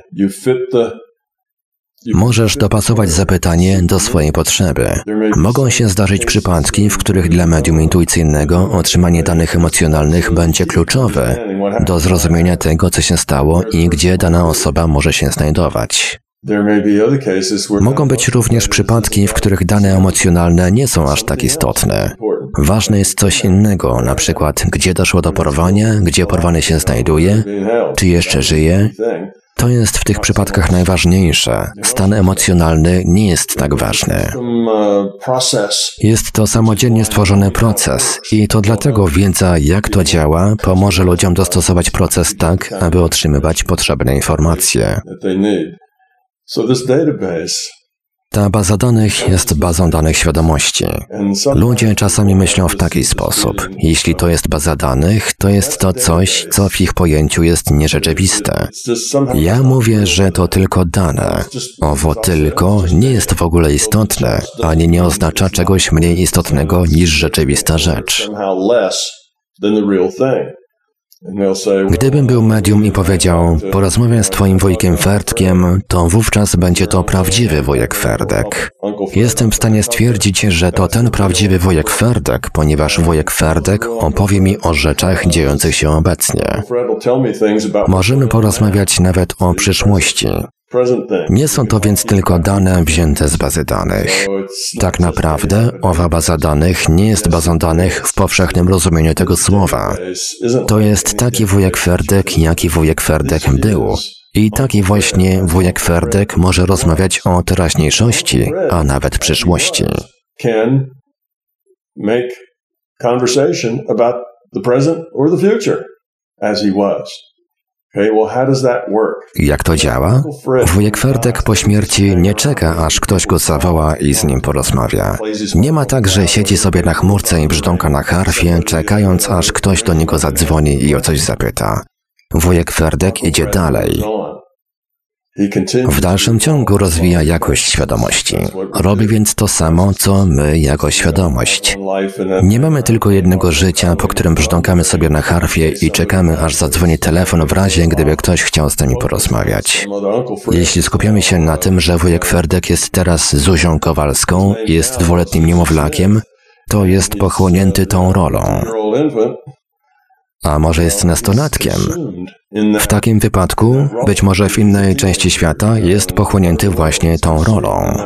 Możesz dopasować zapytanie do swojej potrzeby. Mogą się zdarzyć przypadki, w których dla medium intuicyjnego otrzymanie danych emocjonalnych będzie kluczowe do zrozumienia tego, co się stało i gdzie dana osoba może się znajdować. Mogą być również przypadki, w których dane emocjonalne nie są aż tak istotne. Ważne jest coś innego, na przykład gdzie doszło do porwania, gdzie porwany się znajduje, czy jeszcze żyje. To jest w tych przypadkach najważniejsze. Stan emocjonalny nie jest tak ważny. Jest to samodzielnie stworzony proces i to dlatego wiedza, jak to działa, pomoże ludziom dostosować proces tak, aby otrzymywać potrzebne informacje. Ta baza danych jest bazą danych świadomości. Ludzie czasami myślą w taki sposób. Jeśli to jest baza danych, to jest to coś, co w ich pojęciu jest nierzeczywiste. Ja mówię, że to tylko dane. Owo tylko nie jest w ogóle istotne, ani nie oznacza czegoś mniej istotnego niż rzeczywista rzecz. Gdybym był medium i powiedział, porozmawiam z twoim wujkiem Ferdkiem, to wówczas będzie to prawdziwy wujek Ferdek. Jestem w stanie stwierdzić, że to ten prawdziwy wujek Ferdek, ponieważ wujek Ferdek opowie mi o rzeczach dziejących się obecnie. Możemy porozmawiać nawet o przyszłości. Nie są to więc tylko dane wzięte z bazy danych. Tak naprawdę owa baza danych nie jest bazą danych w powszechnym rozumieniu tego słowa. To jest taki wujek Ferdek, jaki wujek Ferdek był. I taki właśnie wujek Ferdek może rozmawiać o teraźniejszości, a nawet przyszłości. Jak to działa? Wujek Ferdek po śmierci nie czeka, aż ktoś go zawoła i z nim porozmawia. Nie ma tak, że siedzi sobie na chmurce i brzdąka na harfie, czekając, aż ktoś do niego zadzwoni i o coś zapyta. Wujek Ferdek idzie dalej. W dalszym ciągu rozwija jakość świadomości. Robi więc to samo, co my jako świadomość. Nie mamy tylko jednego życia, po którym brzdąkamy sobie na harfie i czekamy, aż zadzwoni telefon w razie, gdyby ktoś chciał z nami porozmawiać. Jeśli skupiamy się na tym, że wujek Ferdek jest teraz Zuzią Kowalską, jest dwuletnim niemowlakiem, to jest pochłonięty tą rolą. A może jest nastolatkiem? W takim wypadku, być może w innej części świata, jest pochłonięty właśnie tą rolą.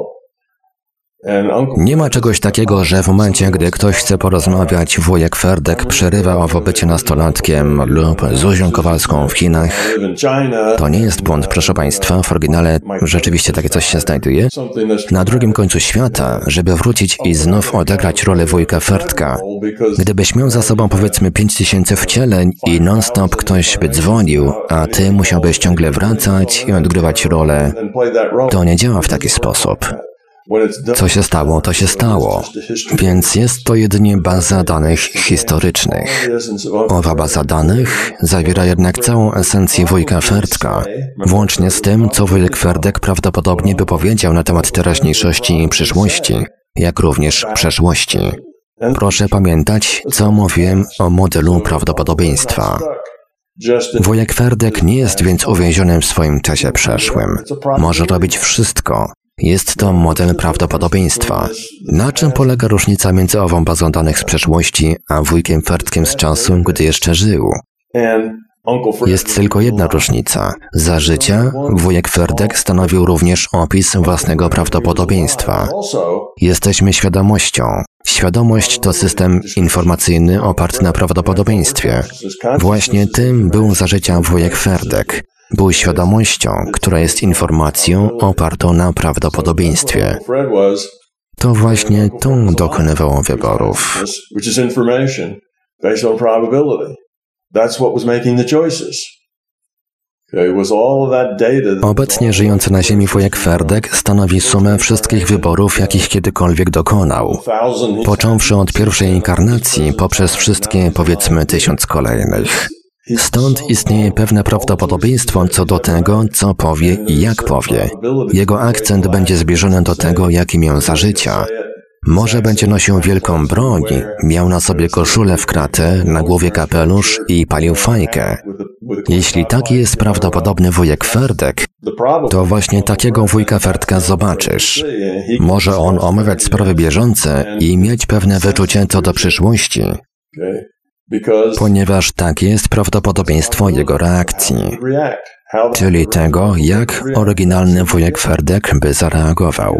Nie ma czegoś takiego, że w momencie, gdy ktoś chce porozmawiać, wujek Ferdek przerywa owo bycie nastolatkiem lub Zuzią Kowalską w Chinach. To nie jest błąd, proszę Państwa, w oryginale rzeczywiście takie coś się znajduje. Na drugim końcu świata, żeby wrócić i znów odegrać rolę wujka Ferdka, gdybyś miał za sobą powiedzmy pięć tysięcy wcieleń i non-stop ktoś by dzwonił, a ty musiałbyś ciągle wracać i odgrywać rolę, to nie działa w taki sposób. Co się stało, to się stało. Więc jest to jedynie baza danych historycznych. Owa baza danych zawiera jednak całą esencję wujka Ferdka, włącznie z tym, co wujek Ferdek prawdopodobnie by powiedział na temat teraźniejszości i przyszłości, jak również przeszłości. Proszę pamiętać, co mówiłem o modelu prawdopodobieństwa. Wujek Ferdek nie jest więc uwięzionym w swoim czasie przeszłym. Może robić wszystko. Jest to model prawdopodobieństwa. Na czym polega różnica między ową bazą danych z przeszłości, a wujkiem Ferdkiem z czasu, gdy jeszcze żył? Jest tylko jedna różnica. Za życia wujek Ferdek stanowił również opis własnego prawdopodobieństwa. Jesteśmy świadomością. Świadomość to system informacyjny oparty na prawdopodobieństwie. Właśnie tym był za życia wujek Ferdek. Był świadomością, która jest informacją opartą na prawdopodobieństwie. To właśnie tu dokonywało wyborów. Obecnie żyjący na Ziemi wujek Ferdek stanowi sumę wszystkich wyborów, jakich kiedykolwiek dokonał, począwszy od pierwszej inkarnacji poprzez wszystkie, powiedzmy, tysiąc kolejnych. Stąd istnieje pewne prawdopodobieństwo co do tego, co powie i jak powie. Jego akcent będzie zbliżony do tego, jaki miał za życia. Może będzie nosił wielką broń, miał na sobie koszulę w kratę, na głowie kapelusz i palił fajkę. Jeśli taki jest prawdopodobny wujek Ferdek, to właśnie takiego wujka Ferdka zobaczysz. Może on omawiać sprawy bieżące i mieć pewne wyczucie co do przyszłości, ponieważ takie jest prawdopodobieństwo jego reakcji, czyli tego, jak oryginalny wujek Ferdek by zareagował.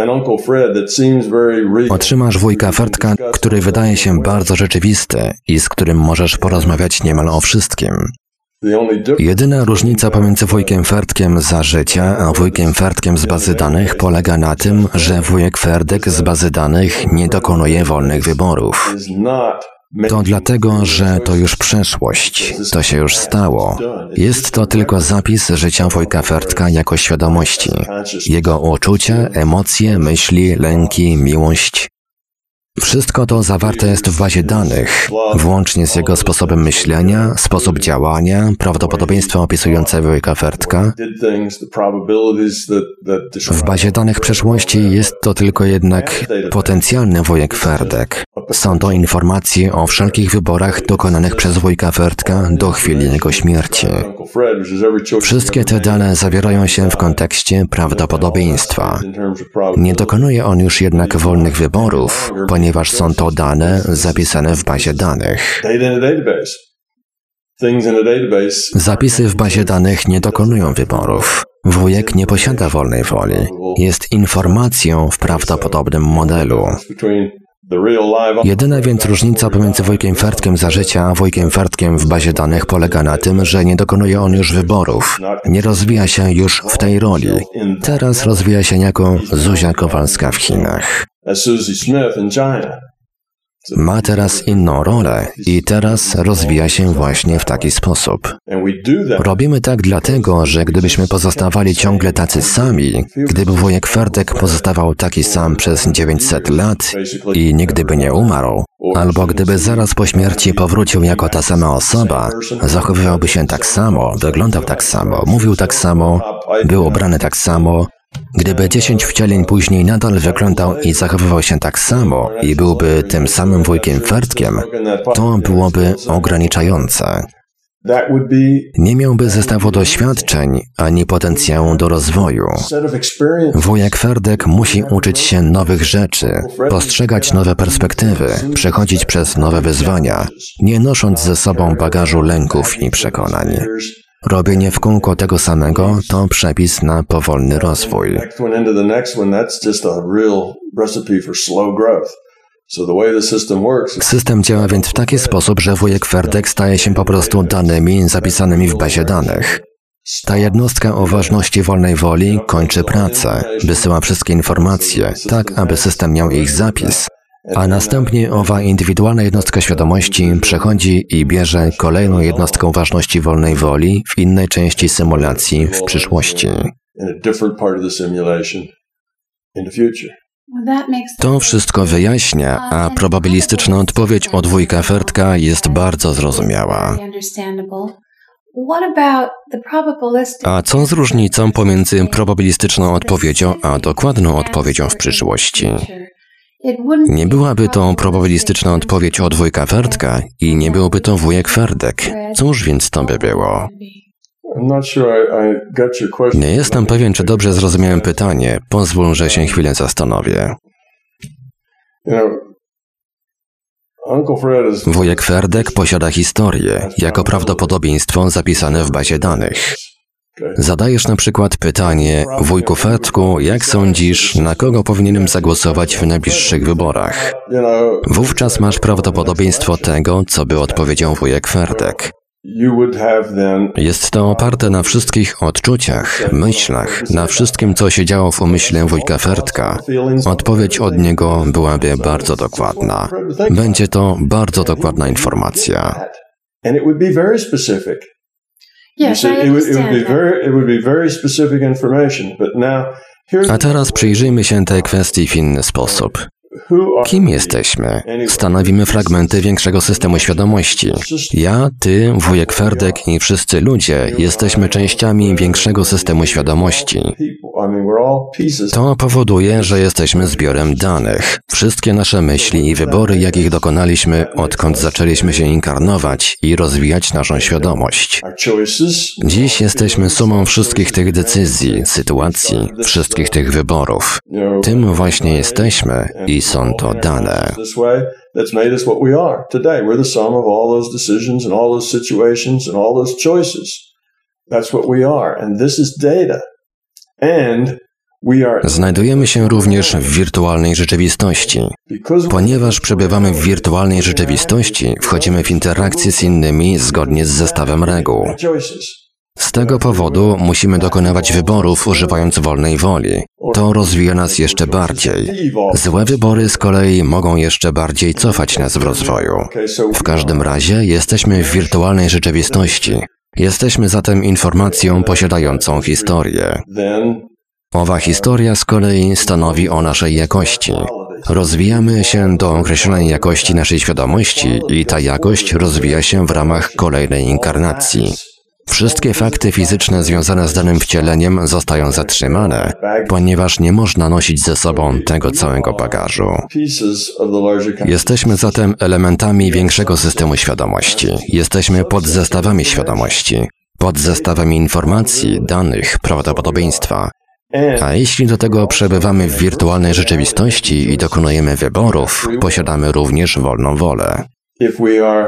Otrzymasz wujka Ferdka, który wydaje się bardzo rzeczywisty i z którym możesz porozmawiać niemal o wszystkim. Jedyna różnica pomiędzy wujkiem Ferdkiem za życia, a wujkiem Ferdkiem z bazy danych polega na tym, że wujek Ferdek z bazy danych nie dokonuje wolnych wyborów. To dlatego, że to już przeszłość, to się już stało. Jest to tylko zapis życia wujka Ferdka jako świadomości. Jego uczucia, emocje, myśli, lęki, miłość. Wszystko to zawarte jest w bazie danych, włącznie z jego sposobem myślenia, sposób działania, prawdopodobieństwa opisujące wujka Ferdka. W bazie danych przeszłości jest to tylko jednak potencjalny wujek Ferdek. Są to informacje o wszelkich wyborach dokonanych przez wujka Ferdka do chwili jego śmierci. Wszystkie te dane zawierają się w kontekście prawdopodobieństwa. Nie dokonuje on już jednak wolnych wyborów, ponieważ są to dane zapisane w bazie danych. Zapisy w bazie danych nie dokonują wyborów. Wujek nie posiada wolnej woli. Jest informacją w prawdopodobnym modelu. Jedyna więc różnica pomiędzy wujkiem Ferdkiem za życia a wujkiem Ferdkiem w bazie danych polega na tym, że nie dokonuje on już wyborów. Nie rozwija się już w tej roli. Teraz rozwija się jako Zuzia Kowalska w Chinach. ma teraz inną rolę i teraz rozwija się właśnie w taki sposób. Robimy tak dlatego, że gdybyśmy pozostawali ciągle tacy sami, gdyby wujek Ferdek pozostawał taki sam przez dziewięćset lat i nigdy by nie umarł, albo gdyby zaraz po śmierci powrócił jako ta sama osoba, zachowywałby się tak samo, wyglądał tak samo, mówił tak samo, był ubrany tak samo, gdyby dziesięć wcieleń później nadal wyglądał i zachowywał się tak samo i byłby tym samym wujkiem Ferdkiem, to byłoby ograniczające. Nie miałby zestawu doświadczeń ani potencjału do rozwoju. Wujek Ferdek musi uczyć się nowych rzeczy, postrzegać nowe perspektywy, przechodzić przez nowe wyzwania, nie nosząc ze sobą bagażu lęków i przekonań. Robienie w kółko tego samego to przepis na powolny rozwój. System działa więc w taki sposób, że wujek Ferdek staje się po prostu danymi zapisanymi w bazie danych. Ta jednostka o ważności wolnej woli kończy pracę, wysyła wszystkie informacje, tak aby system miał ich zapis, a następnie owa indywidualna jednostka świadomości przechodzi i bierze kolejną jednostkę ważności wolnej woli w innej części symulacji w przyszłości. To wszystko wyjaśnia, a probabilistyczna odpowiedź od wujka Ferdka jest bardzo zrozumiała. A co z różnicą pomiędzy probabilistyczną odpowiedzią a dokładną odpowiedzią w przyszłości? Nie byłaby to probabilistyczna odpowiedź od wujka Ferdka i nie byłby to wujek Ferdek. Cóż więc to by było? Nie jestem pewien, czy dobrze zrozumiałem pytanie. Pozwól, że się chwilę zastanowię. Wujek Ferdek posiada historię, jako prawdopodobieństwo zapisane w bazie danych. Zadajesz na przykład pytanie, wujku Ferdku, jak sądzisz, na kogo powinienem zagłosować w najbliższych wyborach? Wówczas masz prawdopodobieństwo tego, co by odpowiedział wujek Ferdek. Jest to oparte na wszystkich odczuciach, myślach, na wszystkim, co się działo w umyśle wujka Ferdka. Odpowiedź od niego byłaby bardzo dokładna. Będzie to bardzo dokładna informacja. A teraz przyjrzyjmy się tej kwestii w inny sposób. Kim jesteśmy? Stanowimy fragmenty większego systemu świadomości. Ja, ty, wujek Ferdek i wszyscy ludzie jesteśmy częściami większego systemu świadomości. To powoduje, że jesteśmy zbiorem danych. Wszystkie nasze myśli i wybory, jakich dokonaliśmy, odkąd zaczęliśmy się inkarnować i rozwijać naszą świadomość. Dziś jesteśmy sumą wszystkich tych decyzji, sytuacji, wszystkich tych wyborów. Tym właśnie jesteśmy i są to dane. That's made us what we are today. We're the sum of all those decisions and all those situations and all those choices. That's what we are, and this is data. And we are... Znajdujemy się również w wirtualnej rzeczywistości. Ponieważ przebywamy w wirtualnej rzeczywistości, wchodzimy w interakcję z innymi zgodnie z zestawem reguł. Z tego powodu musimy dokonywać wyborów używając wolnej woli. To rozwija nas jeszcze bardziej. Złe wybory z kolei mogą jeszcze bardziej cofać nas w rozwoju. W każdym razie jesteśmy w wirtualnej rzeczywistości. Jesteśmy zatem informacją posiadającą historię. Owa historia z kolei stanowi o naszej jakości. Rozwijamy się do określonej jakości naszej świadomości i ta jakość rozwija się w ramach kolejnej inkarnacji. Wszystkie fakty fizyczne związane z danym wcieleniem zostają zatrzymane, ponieważ nie można nosić ze sobą tego całego bagażu. Jesteśmy zatem elementami większego systemu świadomości. Jesteśmy podzestawami świadomości, podzestawami informacji, danych, prawdopodobieństwa. A jeśli do tego przebywamy w wirtualnej rzeczywistości i dokonujemy wyborów, posiadamy również wolną wolę.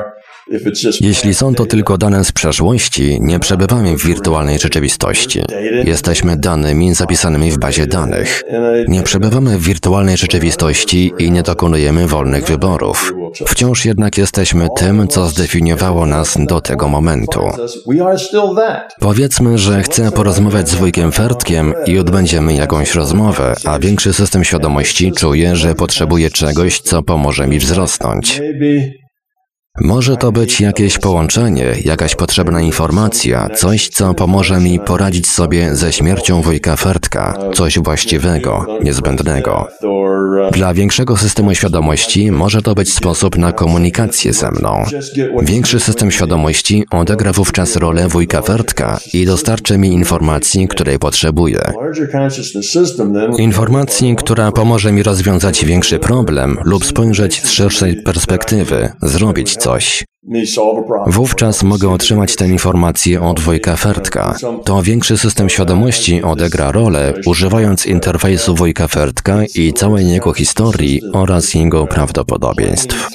Jeśli są to tylko dane z przeszłości, nie przebywamy w wirtualnej rzeczywistości. Jesteśmy danymi zapisanymi w bazie danych. Nie przebywamy w wirtualnej rzeczywistości i nie dokonujemy wolnych wyborów. Wciąż jednak jesteśmy tym, co zdefiniowało nas do tego momentu. Powiedzmy, że chcę porozmawiać z wujkiem Fertkiem i odbędziemy jakąś rozmowę, a większy system świadomości czuje, że potrzebuje czegoś, co pomoże mi wzrosnąć. Może to być jakieś połączenie, jakaś potrzebna informacja, coś, co pomoże mi poradzić sobie ze śmiercią wujka Fertka, coś właściwego, niezbędnego. Dla większego systemu świadomości może to być sposób na komunikację ze mną. Większy system świadomości odegra wówczas rolę wujka Fertka i dostarczy mi informacji, której potrzebuję. Informacji, która pomoże mi rozwiązać większy problem lub spojrzeć z szerszej perspektywy, zrobić coś. Coś. Wówczas mogę otrzymać tę informację od wujka Fertka. To większy system świadomości odegra rolę, używając interfejsu wujka Fertka i całej jego historii oraz jego prawdopodobieństw.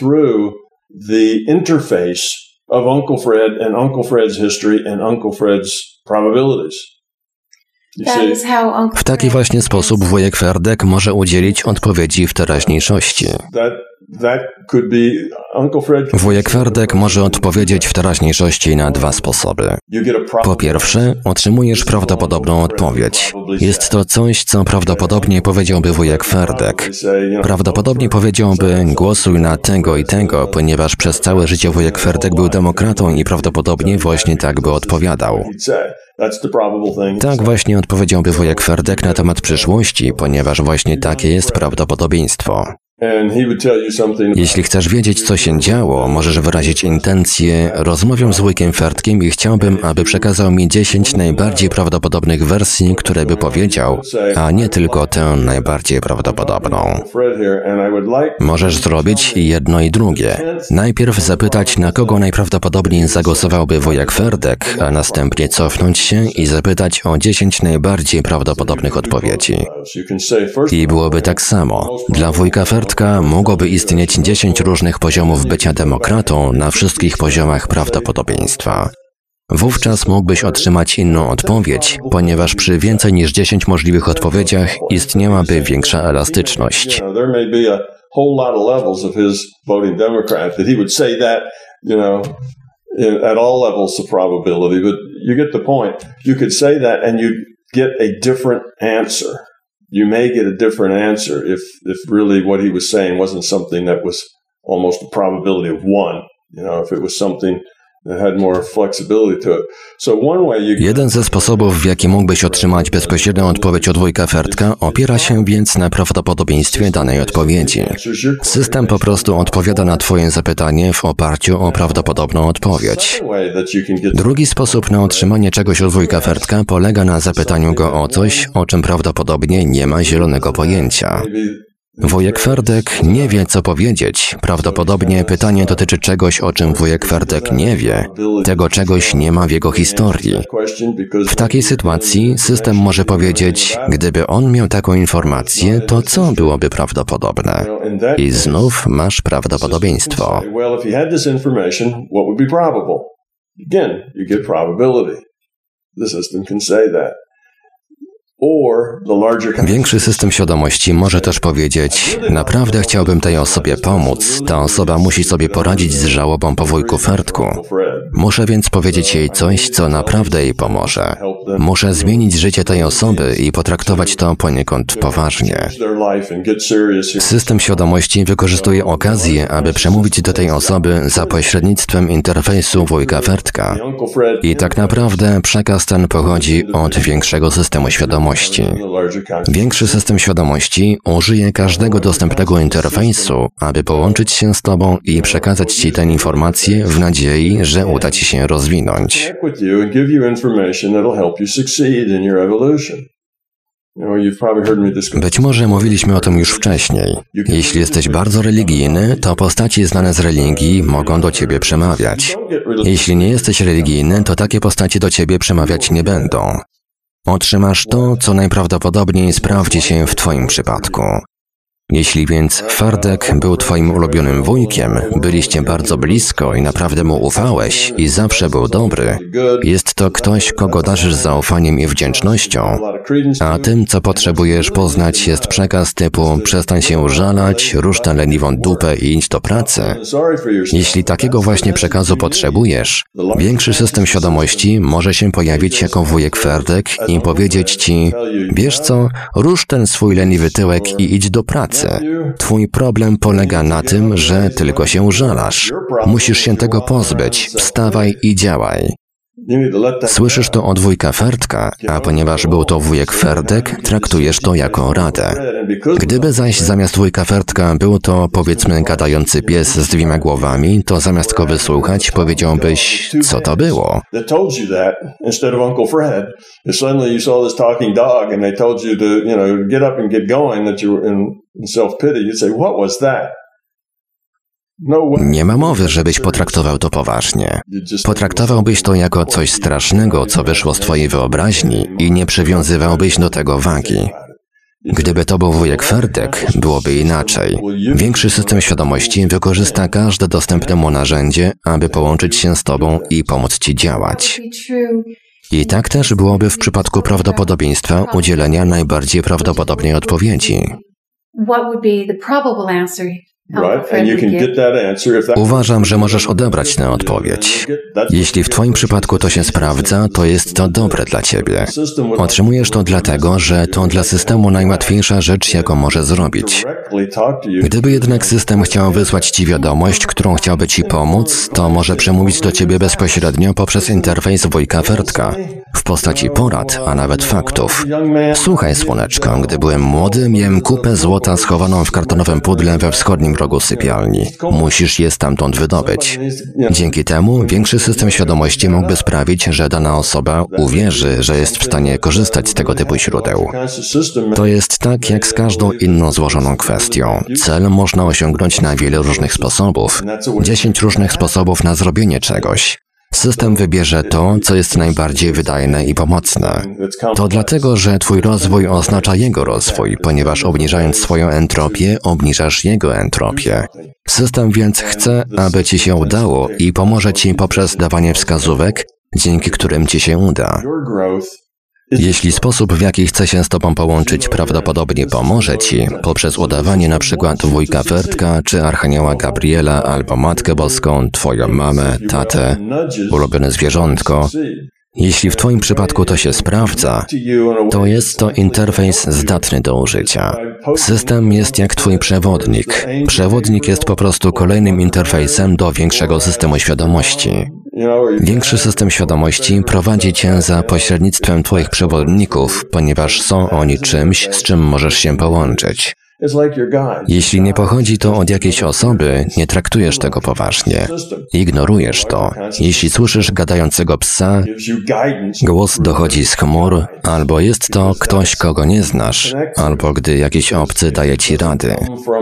W taki właśnie sposób wujek Ferdek może udzielić odpowiedzi w teraźniejszości. Wujek Ferdek może odpowiedzieć w teraźniejszości na dwa sposoby. Po pierwsze, otrzymujesz prawdopodobną odpowiedź. Jest to coś, co prawdopodobnie powiedziałby wujek Ferdek. Prawdopodobnie powiedziałby, głosuj na tego i tego, ponieważ przez całe życie wujek Ferdek był demokratą i prawdopodobnie właśnie tak by odpowiadał. Tak właśnie odpowiedziałby wujek Ferdek na temat przyszłości, ponieważ właśnie takie jest prawdopodobieństwo. Jeśli chcesz wiedzieć, co się działo, możesz wyrazić intencję, rozmawiam z wujkiem Fertkiem i chciałbym, aby przekazał mi dziesięć najbardziej prawdopodobnych wersji, które by powiedział, a nie tylko tę najbardziej prawdopodobną. Możesz zrobić i jedno i drugie. Najpierw zapytać, na kogo najprawdopodobniej zagłosowałby wujek Ferdek, a następnie cofnąć się i zapytać o dziesięć najbardziej prawdopodobnych odpowiedzi. I byłoby tak samo. Dla wujka Fertka mogłoby istnieć dziesięć różnych poziomów bycia demokratą na wszystkich poziomach prawdopodobieństwa. Wówczas mógłbyś otrzymać inną odpowiedź, ponieważ przy więcej niż dziesięciu możliwych odpowiedziach istniałaby większa elastyczność. You may get a different answer if, if really what he was saying wasn't something that was almost a probability of one. You know, if it was something that had more flexibility to it. So one way you... Jeden ze sposobów, w jaki mógłbyś otrzymać bezpośrednią odpowiedź od wujka Fertka, opiera się więc na prawdopodobieństwie danej odpowiedzi. System po prostu odpowiada na twoje zapytanie w oparciu o prawdopodobną odpowiedź. Drugi sposób na otrzymanie czegoś od wujka Fertka polega na zapytaniu go o coś, o czym prawdopodobnie nie ma zielonego pojęcia. Wujek Ferdek nie wie, co powiedzieć. Prawdopodobnie pytanie dotyczy czegoś, o czym wujek Ferdek nie wie. Tego czegoś nie ma w jego historii. W takiej sytuacji system może powiedzieć, gdyby on miał taką informację, to co byłoby prawdopodobne? I znów masz prawdopodobieństwo. Większy system świadomości może też powiedzieć, naprawdę chciałbym tej osobie pomóc, ta osoba musi sobie poradzić z żałobą po wujku Fertku. Muszę więc powiedzieć jej coś, co naprawdę jej pomoże. Muszę zmienić życie tej osoby i potraktować to poniekąd poważnie. System świadomości wykorzystuje okazję, aby przemówić do tej osoby za pośrednictwem interfejsu wujka Fertka. I tak naprawdę przekaz ten pochodzi od większego systemu świadomości. Większy system świadomości użyje każdego dostępnego interfejsu, aby połączyć się z tobą i przekazać ci tę informację w nadziei, że uda ci się rozwinąć. Być może mówiliśmy o tym już wcześniej. Jeśli jesteś bardzo religijny, to postaci znane z religii mogą do ciebie przemawiać. Jeśli nie jesteś religijny, to takie postaci do ciebie przemawiać nie będą. Otrzymasz to, co najprawdopodobniej sprawdzi się w twoim przypadku. Jeśli więc Ferdek był twoim ulubionym wujkiem, byliście bardzo blisko i naprawdę mu ufałeś i zawsze był dobry, jest to ktoś, kogo darzysz zaufaniem i wdzięcznością, a tym, co potrzebujesz poznać, jest przekaz typu przestań się żalać, rusz tę leniwą dupę i idź do pracy. Jeśli takiego właśnie przekazu potrzebujesz, większy system świadomości może się pojawić jako wujek Ferdek i powiedzieć ci, wiesz co, rusz ten swój leniwy tyłek i idź do pracy. Twój problem polega na tym, że tylko się żalasz. Musisz się tego pozbyć. Wstawaj i działaj. Słyszysz to od wujka Ferdka, a ponieważ był to wujek Ferdek, traktujesz to jako radę. Gdyby zaś zamiast wujka Ferdka był to, powiedzmy, gadający pies z dwiema głowami, to zamiast go wysłuchać, powiedziałbyś, co to było? Nie ma mowy, żebyś potraktował to poważnie. Potraktowałbyś to jako coś strasznego, co wyszło z twojej wyobraźni i nie przywiązywałbyś do tego wagi. Gdyby to był wujek Ferdek, byłoby inaczej. Większy system świadomości wykorzysta każde dostępne mu narzędzie, aby połączyć się z tobą i pomóc ci działać. I tak też byłoby w przypadku prawdopodobieństwa udzielenia najbardziej prawdopodobnej odpowiedzi. Uważam, że możesz odebrać tę odpowiedź. Jeśli w twoim przypadku to się sprawdza, to jest to dobre dla ciebie. Otrzymujesz to dlatego, że to dla systemu najłatwiejsza rzecz, jaką może zrobić. Gdyby jednak system chciał wysłać ci wiadomość, którą chciałby ci pomóc, to może przemówić do ciebie bezpośrednio poprzez interfejs wujka Ferdka, w postaci porad, a nawet faktów. Słuchaj, słoneczko, gdy byłem młody, miałem kupę złota schowaną w kartonowym pudle we wschodnim rogu sypialni. Musisz je stamtąd wydobyć. Dzięki temu większy system świadomości mógłby sprawić, że dana osoba uwierzy, że jest w stanie korzystać z tego typu źródeł. To jest tak jak z każdą inną złożoną kwestią. Cel można osiągnąć na wiele różnych sposobów. Dziesięć różnych sposobów na zrobienie czegoś. System wybierze to, co jest najbardziej wydajne i pomocne. To dlatego, że twój rozwój oznacza jego rozwój, ponieważ obniżając swoją entropię, obniżasz jego entropię. System więc chce, aby ci się udało i pomoże ci poprzez dawanie wskazówek, dzięki którym ci się uda. Jeśli sposób, w jaki chce się z tobą połączyć, prawdopodobnie pomoże ci, poprzez udawanie na przykład wujka Ferdka, czy Archanioła Gabriela, albo Matkę Boską, twoją mamę, tatę, ulubione zwierzątko, jeśli w twoim przypadku to się sprawdza, to jest to interfejs zdatny do użycia. System jest jak twój przewodnik. Przewodnik jest po prostu kolejnym interfejsem do większego systemu świadomości. Większy system świadomości prowadzi cię za pośrednictwem twoich przewodników, ponieważ są oni czymś, z czym możesz się połączyć. Jeśli nie pochodzi to od jakiejś osoby, nie traktujesz tego poważnie. Ignorujesz to. Jeśli słyszysz gadającego psa, głos dochodzi z chmur, albo jest to ktoś, kogo nie znasz, albo gdy jakiś obcy daje ci rady.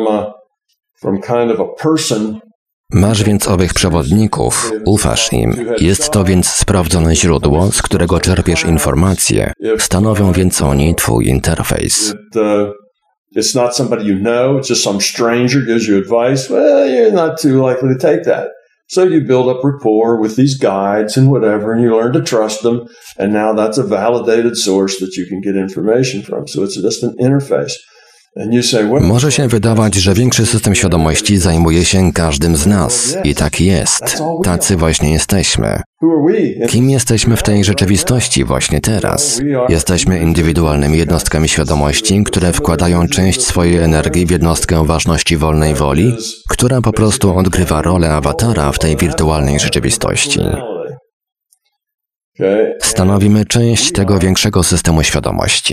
Masz więc owych przewodników, ufasz im. Jest to więc sprawdzone źródło, z którego czerpiesz informacje. Stanowią więc oni twój interfejs. It's not somebody you know, it's just some stranger gives you advice. Well, you're not too likely to take that. So you build up rapport with these guides and whatever, and you learn to trust them. And now that's a validated source that you can get information from. So it's just an interface. Może się wydawać, że większy system świadomości zajmuje się każdym z nas. I tak jest. Tacy właśnie jesteśmy. Kim jesteśmy w tej rzeczywistości właśnie teraz? Jesteśmy indywidualnymi jednostkami świadomości, które wkładają część swojej energii w jednostkę ważności wolnej woli, która po prostu odgrywa rolę awatara w tej wirtualnej rzeczywistości. Stanowimy część tego większego systemu świadomości.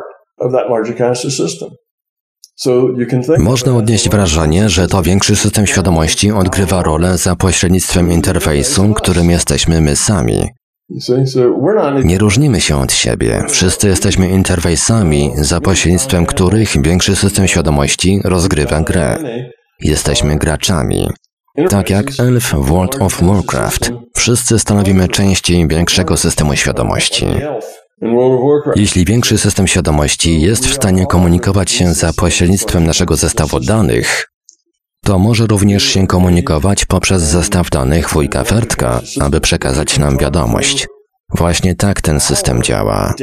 Można odnieść wrażenie, że to większy system świadomości odgrywa rolę za pośrednictwem interfejsu, którym jesteśmy my sami. Nie różnimy się od siebie. Wszyscy jesteśmy interfejsami, za pośrednictwem których większy system świadomości rozgrywa grę. Jesteśmy graczami. Tak jak elf w World of Warcraft. Wszyscy stanowimy część większego systemu świadomości. Jeśli większy system świadomości jest w stanie komunikować się za pośrednictwem naszego zestawu danych, to może również się komunikować poprzez zestaw danych wujka Fertka, aby przekazać nam wiadomość. Właśnie tak ten system działa.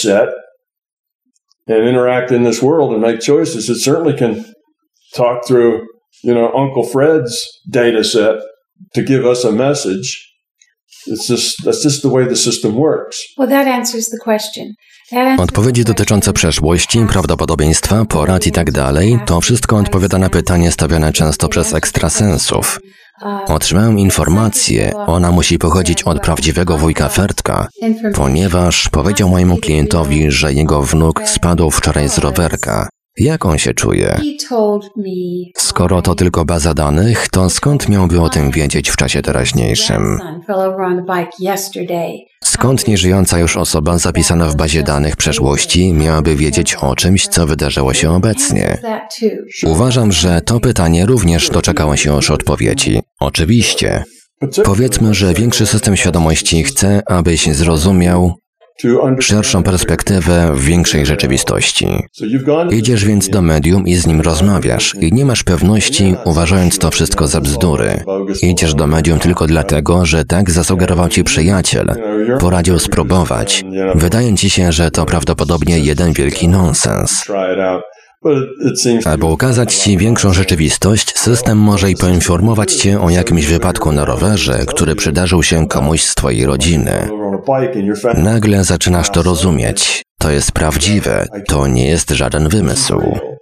Odpowiedzi dotyczące przeszłości, prawdopodobieństwa, porad i tak dalej, to wszystko odpowiada na pytanie stawiane często przez ekstrasensów. Otrzymałem informację, ona musi pochodzić od prawdziwego wujka Fertka, ponieważ powiedział mojemu klientowi, że jego wnuk spadł wczoraj z rowerka. Jak on się czuje? Skoro to tylko baza danych, to skąd miałby o tym wiedzieć w czasie teraźniejszym? Skąd nieżyjąca już osoba zapisana w bazie danych przeszłości miałaby wiedzieć o czymś, co wydarzyło się obecnie? Uważam, że to pytanie również doczekało się już odpowiedzi. Oczywiście. Powiedzmy, że większy system świadomości chce, abyś zrozumiał szerszą perspektywę w większej rzeczywistości. Idziesz więc do medium i z nim rozmawiasz i nie masz pewności, uważając to wszystko za bzdury. Idziesz do medium tylko dlatego, że tak zasugerował ci przyjaciel, poradził spróbować. Wydaje ci się, że to prawdopodobnie jeden wielki nonsens. Aby ukazać ci większą rzeczywistość, system może i poinformować cię o jakimś wypadku na rowerze, który przydarzył się komuś z twojej rodziny. Nagle zaczynasz to rozumieć. To jest prawdziwe, to nie jest żaden wymysł.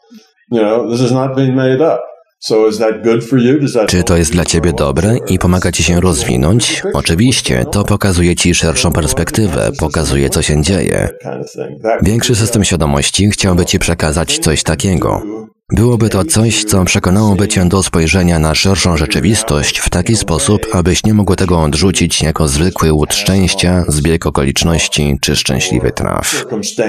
Czy to jest dla ciebie dobre i pomaga ci się rozwinąć? Oczywiście, to pokazuje ci szerszą perspektywę, pokazuje, co się dzieje. Większy system świadomości chciałby ci przekazać coś takiego. Byłoby to coś, co przekonałoby cię do spojrzenia na szerszą rzeczywistość w taki sposób, abyś nie mógł tego odrzucić jako zwykły łód szczęścia, zbieg okoliczności czy szczęśliwy traf.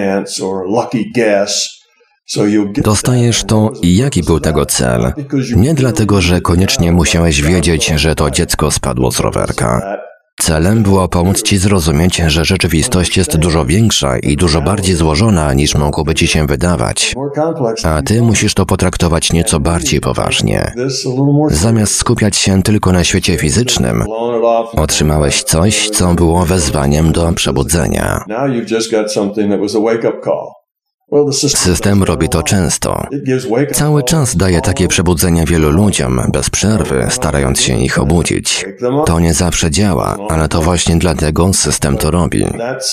Dostajesz to i jaki był tego cel? Nie dlatego, że koniecznie musiałeś wiedzieć, że to dziecko spadło z rowerka. Celem było pomóc ci zrozumieć, że rzeczywistość jest dużo większa i dużo bardziej złożona, niż mogłoby ci się wydawać. A ty musisz to potraktować nieco bardziej poważnie. Zamiast skupiać się tylko na świecie fizycznym, otrzymałeś coś, co było wezwaniem do przebudzenia. System robi to często. Cały czas daje takie przebudzenia wielu ludziom, bez przerwy, starając się ich obudzić. To nie zawsze działa, ale to właśnie dlatego system to robi.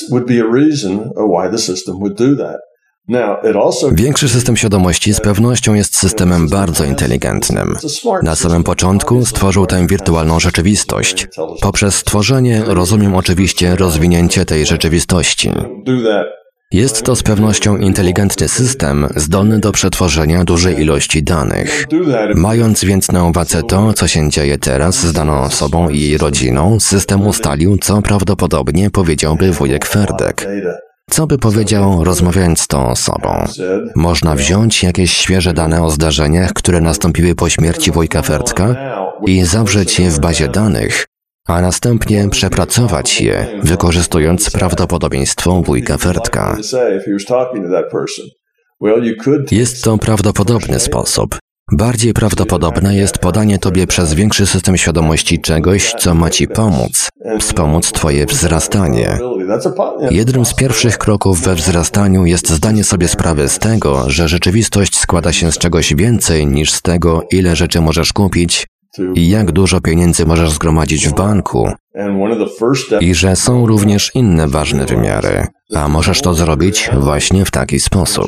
Większy system świadomości z pewnością jest systemem bardzo inteligentnym. Na samym początku stworzył tę wirtualną rzeczywistość. Poprzez stworzenie rozumiem oczywiście rozwinięcie tej rzeczywistości. Jest to z pewnością inteligentny system, zdolny do przetworzenia dużej ilości danych. Mając więc na uwadze to, co się dzieje teraz z daną osobą i jej rodziną, system ustalił, co prawdopodobnie powiedziałby wujek Ferdek. Co by powiedział, rozmawiając z tą osobą? Można wziąć jakieś świeże dane o zdarzeniach, które nastąpiły po śmierci wujka Ferdka i zawrzeć je w bazie danych, a następnie przepracować je, wykorzystując prawdopodobieństwo wujka Ferdka. Jest to prawdopodobny sposób. Bardziej prawdopodobne jest podanie tobie przez większy system świadomości czegoś, co ma ci pomóc, wspomóc twoje wzrastanie. Jednym z pierwszych kroków we wzrastaniu jest zdanie sobie sprawy z tego, że rzeczywistość składa się z czegoś więcej niż z tego, ile rzeczy możesz kupić, i jak dużo pieniędzy możesz zgromadzić w banku i że są również inne ważne wymiary, a możesz to zrobić właśnie w taki sposób.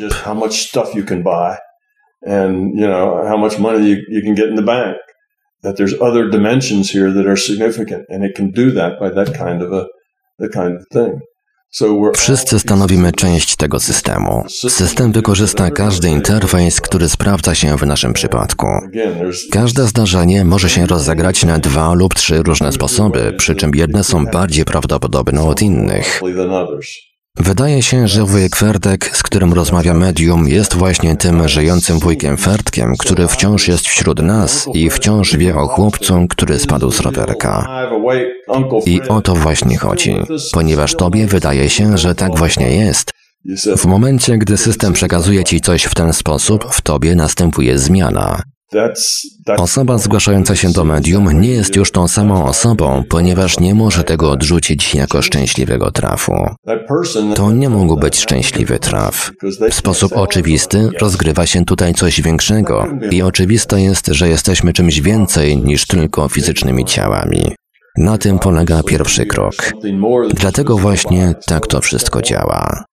Wszyscy stanowimy część tego systemu. System wykorzysta każdy interfejs, który sprawdza się w naszym przypadku. Każde zdarzenie może się rozegrać na dwa lub trzy różne sposoby, przy czym jedne są bardziej prawdopodobne od innych. Wydaje się, że wujek Ferdek, z którym rozmawia medium, jest właśnie tym żyjącym wujkiem Ferdkiem, który wciąż jest wśród nas i wciąż wie o chłopcu, który spadł z rowerka. I o to właśnie chodzi, ponieważ tobie wydaje się, że tak właśnie jest. W momencie, gdy system przekazuje ci coś w ten sposób, w tobie następuje zmiana. Osoba zgłaszająca się do medium nie jest już tą samą osobą, ponieważ nie może tego odrzucić jako szczęśliwego trafu. To nie mógł być szczęśliwy traf. W sposób oczywisty rozgrywa się tutaj coś większego i oczywiste jest, że jesteśmy czymś więcej niż tylko fizycznymi ciałami. Na tym polega pierwszy krok. Dlatego właśnie tak to wszystko działa.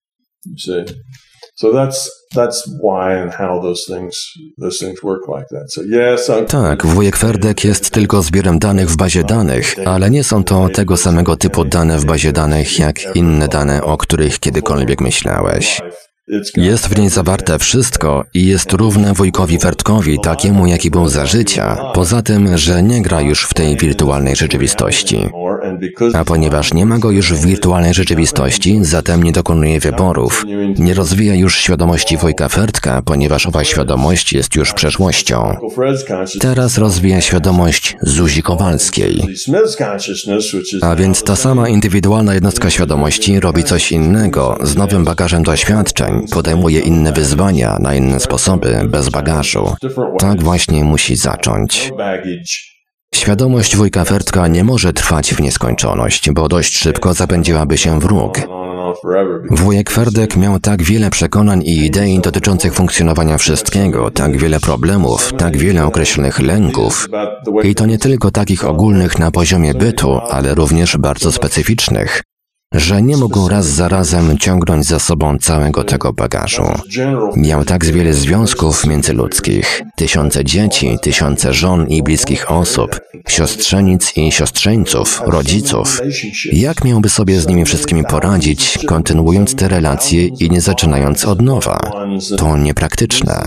Tak, wujek Ferdek jest tylko zbiorem danych w bazie danych, ale nie są to tego samego typu dane w bazie danych, jak inne dane, o których kiedykolwiek myślałeś. Jest w niej zawarte wszystko i jest równe wujkowi Ferdkowi, takiemu jaki był za życia, poza tym, że nie gra już w tej wirtualnej rzeczywistości. A ponieważ nie ma go już w wirtualnej rzeczywistości, zatem nie dokonuje wyborów. Nie rozwija już świadomości wujka Ferdka, ponieważ owa świadomość jest już przeszłością. Teraz rozwija świadomość Zuzi Kowalskiej. A więc ta sama indywidualna jednostka świadomości robi coś innego, z nowym bagażem doświadczeń, podejmuje inne wyzwania, na inne sposoby, bez bagażu. Tak właśnie musi zacząć. Świadomość wujka Ferdka nie może trwać w nieskończoność, bo dość szybko zapędziłaby się w róg. Wujek Ferdek miał tak wiele przekonań i idei dotyczących funkcjonowania wszystkiego, tak wiele problemów, tak wiele określonych lęków. I to nie tylko takich ogólnych na poziomie bytu, ale również bardzo specyficznych, że nie mógł raz za razem ciągnąć za sobą całego tego bagażu. Miał tak wiele związków międzyludzkich, tysiące dzieci, tysiące żon i bliskich osób, siostrzenic i siostrzeńców, rodziców. Jak miałby sobie z nimi wszystkimi poradzić, kontynuując te relacje i nie zaczynając od nowa? To niepraktyczne.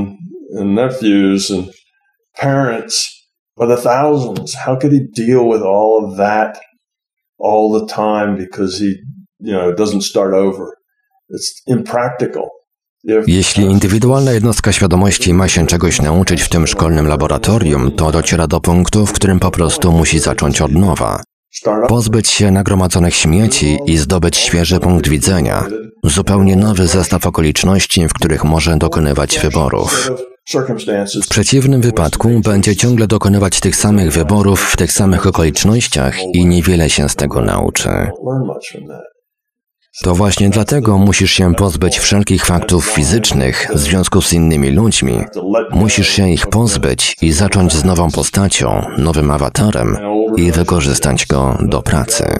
all the time because he, you know, doesn't start over. It's impractical. Jeśli indywidualna jednostka świadomości ma się czegoś nauczyć w tym szkolnym laboratorium, to dociera do punktu, w którym po prostu musi zacząć od nowa. Pozbyć się nagromadzonych śmieci i zdobyć świeży punkt widzenia. Zupełnie nowy zestaw okoliczności, w których może dokonywać wyborów. W przeciwnym wypadku będzie ciągle dokonywać tych samych wyborów w tych samych okolicznościach i niewiele się z tego nauczy. To właśnie dlatego musisz się pozbyć wszelkich faktów fizycznych, związków z innymi ludźmi. Musisz się ich pozbyć i zacząć z nową postacią, nowym awatarem i wykorzystać go do pracy.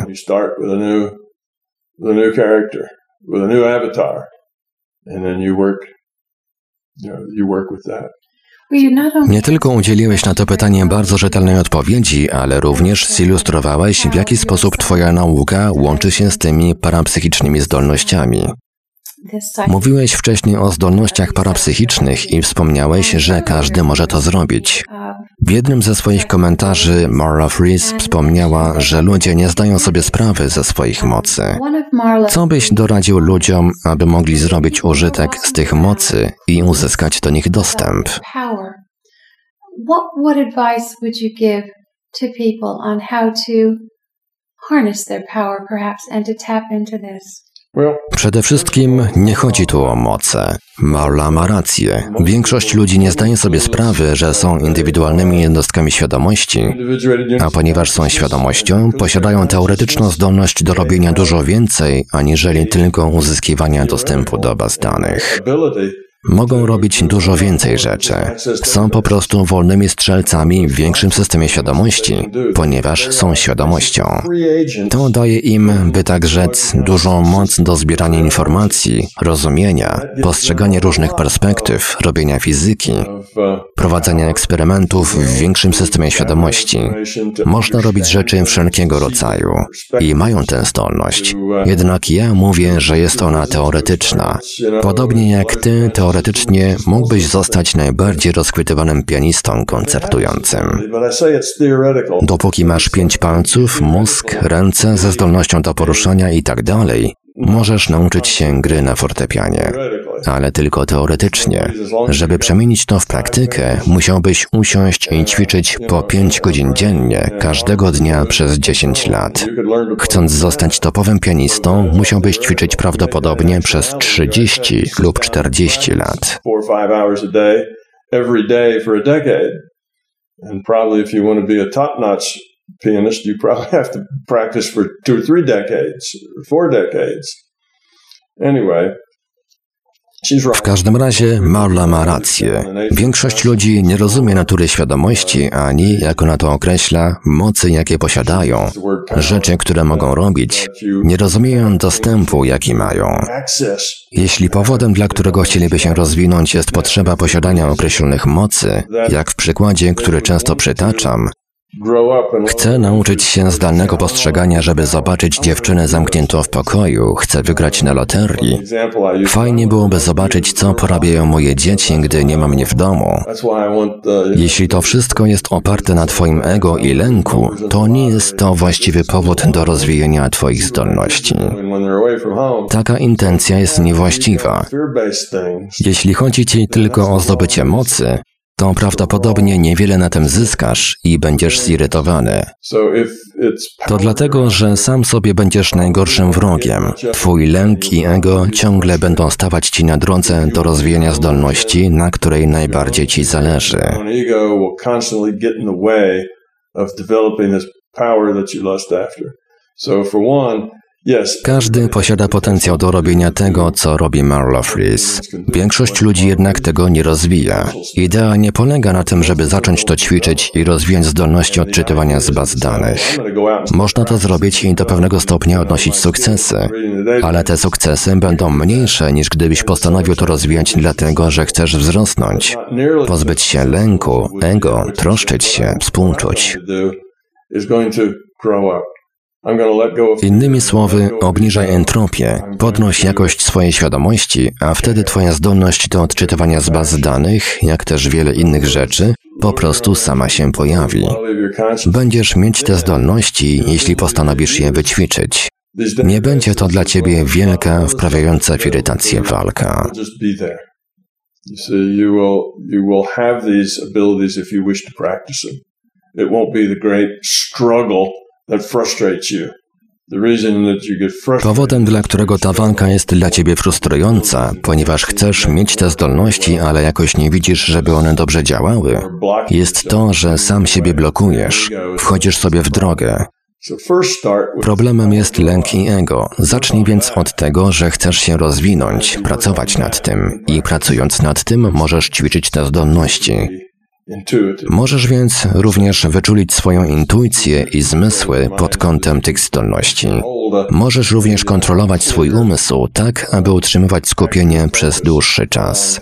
Nie tylko udzieliłeś na to pytanie bardzo rzetelnej odpowiedzi, ale również zilustrowałeś, w jaki sposób twoja nauka łączy się z tymi parapsychicznymi zdolnościami. Mówiłeś wcześniej o zdolnościach parapsychicznych i wspomniałeś, że każdy może to zrobić. W jednym ze swoich komentarzy Marla Fries wspomniała, że ludzie nie zdają sobie sprawy ze swoich mocy. Co byś doradził ludziom, aby mogli zrobić użytek z tych mocy i uzyskać do nich dostęp? What advice would you give to people on how to harness their power perhaps and to tap into this? Przede wszystkim nie chodzi tu o moce. Marla ma rację. Większość ludzi nie zdaje sobie sprawy, że są indywidualnymi jednostkami świadomości, a ponieważ są świadomością, posiadają teoretyczną zdolność do robienia dużo więcej, aniżeli tylko uzyskiwania dostępu do baz danych. Mogą robić dużo więcej rzeczy. Są po prostu wolnymi strzelcami w większym systemie świadomości, ponieważ są świadomością. To daje im, by tak rzec, dużą moc do zbierania informacji, rozumienia, postrzegania różnych perspektyw, robienia fizyki, prowadzenia eksperymentów w większym systemie świadomości. Można robić rzeczy wszelkiego rodzaju i mają tę zdolność. Jednak ja mówię, że jest ona teoretyczna. Podobnie jak ty teoretycznie mógłbyś zostać najbardziej rozchwytywanym pianistą koncertującym. Dopóki masz pięć palców, mózg, ręce ze zdolnością do poruszania i tak dalej, Możesz nauczyć się gry na fortepianie, ale tylko teoretycznie. Żeby przemienić to w praktykę, musiałbyś usiąść i ćwiczyć po pięć godzin dziennie, każdego dnia przez dziesięć lat. Chcąc zostać topowym pianistą, musiałbyś ćwiczyć prawdopodobnie przez trzydzieści lub czterdzieści lat. Pianist, you probably have to practice for two or three decades, or four decades. Anyway, w każdym razie Marla ma rację. Większość ludzi nie rozumie natury świadomości ani, jak ona to określa, mocy, jakie posiadają, rzeczy, które mogą robić. Nie rozumieją dostępu, jaki mają. Jeśli powodem, dla którego chcieliby się rozwinąć, jest potrzeba posiadania określonych mocy, jak w przykładzie, który często przytaczam, chcę nauczyć się zdalnego postrzegania, żeby zobaczyć dziewczynę zamkniętą w pokoju. Chcę wygrać na loterii. Fajnie byłoby zobaczyć, co porabiają moje dzieci, gdy nie ma mnie w domu. Jeśli to wszystko jest oparte na twoim ego i lęku, to nie jest to właściwy powód do rozwijania twoich zdolności. Taka intencja jest niewłaściwa. Jeśli chodzi ci tylko o zdobycie mocy, to prawdopodobnie niewiele na tym zyskasz i będziesz zirytowany. To dlatego, że sam sobie będziesz najgorszym wrogiem. Twój lęk i ego ciągle będą stawać ci na drodze do rozwijania zdolności, na której najbardziej ci zależy. Każdy posiada potencjał do robienia tego, co robi Marla Fries. Większość ludzi jednak tego nie rozwija. Idea nie polega na tym, żeby zacząć to ćwiczyć i rozwijać zdolności odczytywania z baz danych. Można to zrobić i do pewnego stopnia odnosić sukcesy, ale te sukcesy będą mniejsze, niż gdybyś postanowił to rozwijać dlatego, że chcesz wzrosnąć, pozbyć się lęku, ego, troszczyć się, współczuć. Innymi słowy, obniżaj entropię, podnoś jakość swojej świadomości, a wtedy twoja zdolność do odczytywania z baz danych, jak też wiele innych rzeczy, po prostu sama się pojawi. Będziesz mieć te zdolności, jeśli postanowisz je wyćwiczyć. Nie będzie to dla ciebie wielka, wprawiająca w irytację walka. Powodem, dla którego ta walka jest dla ciebie frustrująca, ponieważ chcesz mieć te zdolności, ale jakoś nie widzisz, żeby one dobrze działały, jest to, że sam siebie blokujesz, wchodzisz sobie w drogę. Problemem jest lęk i ego. Zacznij więc od tego, że chcesz się rozwinąć, pracować nad tym i pracując nad tym możesz ćwiczyć te zdolności. Możesz więc również wyczulić swoją intuicję i zmysły pod kątem tych zdolności. Możesz również kontrolować swój umysł tak, aby utrzymywać skupienie przez dłuższy czas.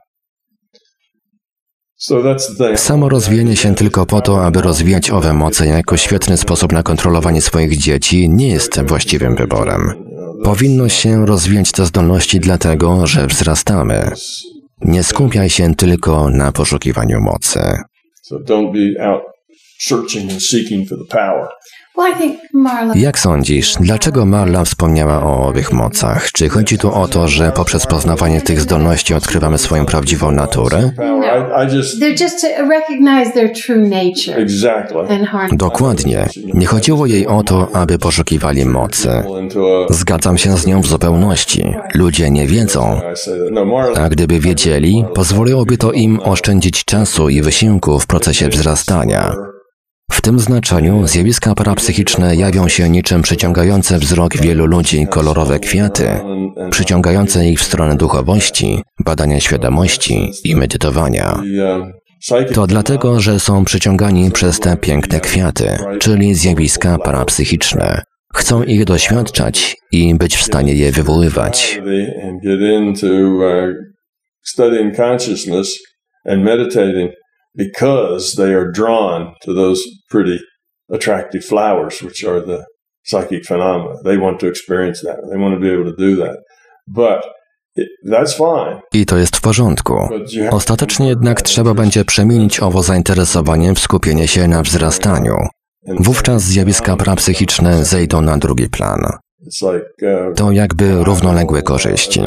Samo rozwijanie się tylko po to, aby rozwijać owe moce jako świetny sposób na kontrolowanie swoich dzieci nie jest właściwym wyborem. Powinno się rozwijać te zdolności dlatego, że wzrastamy. Nie skupiaj się tylko na poszukiwaniu mocy. Jak sądzisz, dlaczego Marla wspomniała o owych mocach? Czy chodzi tu o to, że poprzez poznawanie tych zdolności odkrywamy swoją prawdziwą naturę? Dokładnie. Nie chodziło jej o to, aby poszukiwali mocy. Zgadzam się z nią w zupełności. Ludzie nie wiedzą. A gdyby wiedzieli, pozwoliłoby to im oszczędzić czasu i wysiłku w procesie wzrastania. W tym znaczeniu zjawiska parapsychiczne jawią się niczym przyciągające wzrok wielu ludzi kolorowe kwiaty, przyciągające ich w stronę duchowości, badania świadomości i medytowania. To dlatego, że są przyciągani przez te piękne kwiaty, czyli zjawiska parapsychiczne. Chcą ich doświadczać i być w stanie je wywoływać. Because they are drawn to those pretty, attractive flowers, which are the psychic phenomena. They want to experience that. They want to be able to do that. But it, that's fine. I to jest w porządku. Ostatecznie jednak trzeba będzie przemienić owo zainteresowanie w skupienie się na wzrastaniu. Wówczas zjawiska parapsychiczne zejdą na drugi plan. To jakby równoległe korzyści.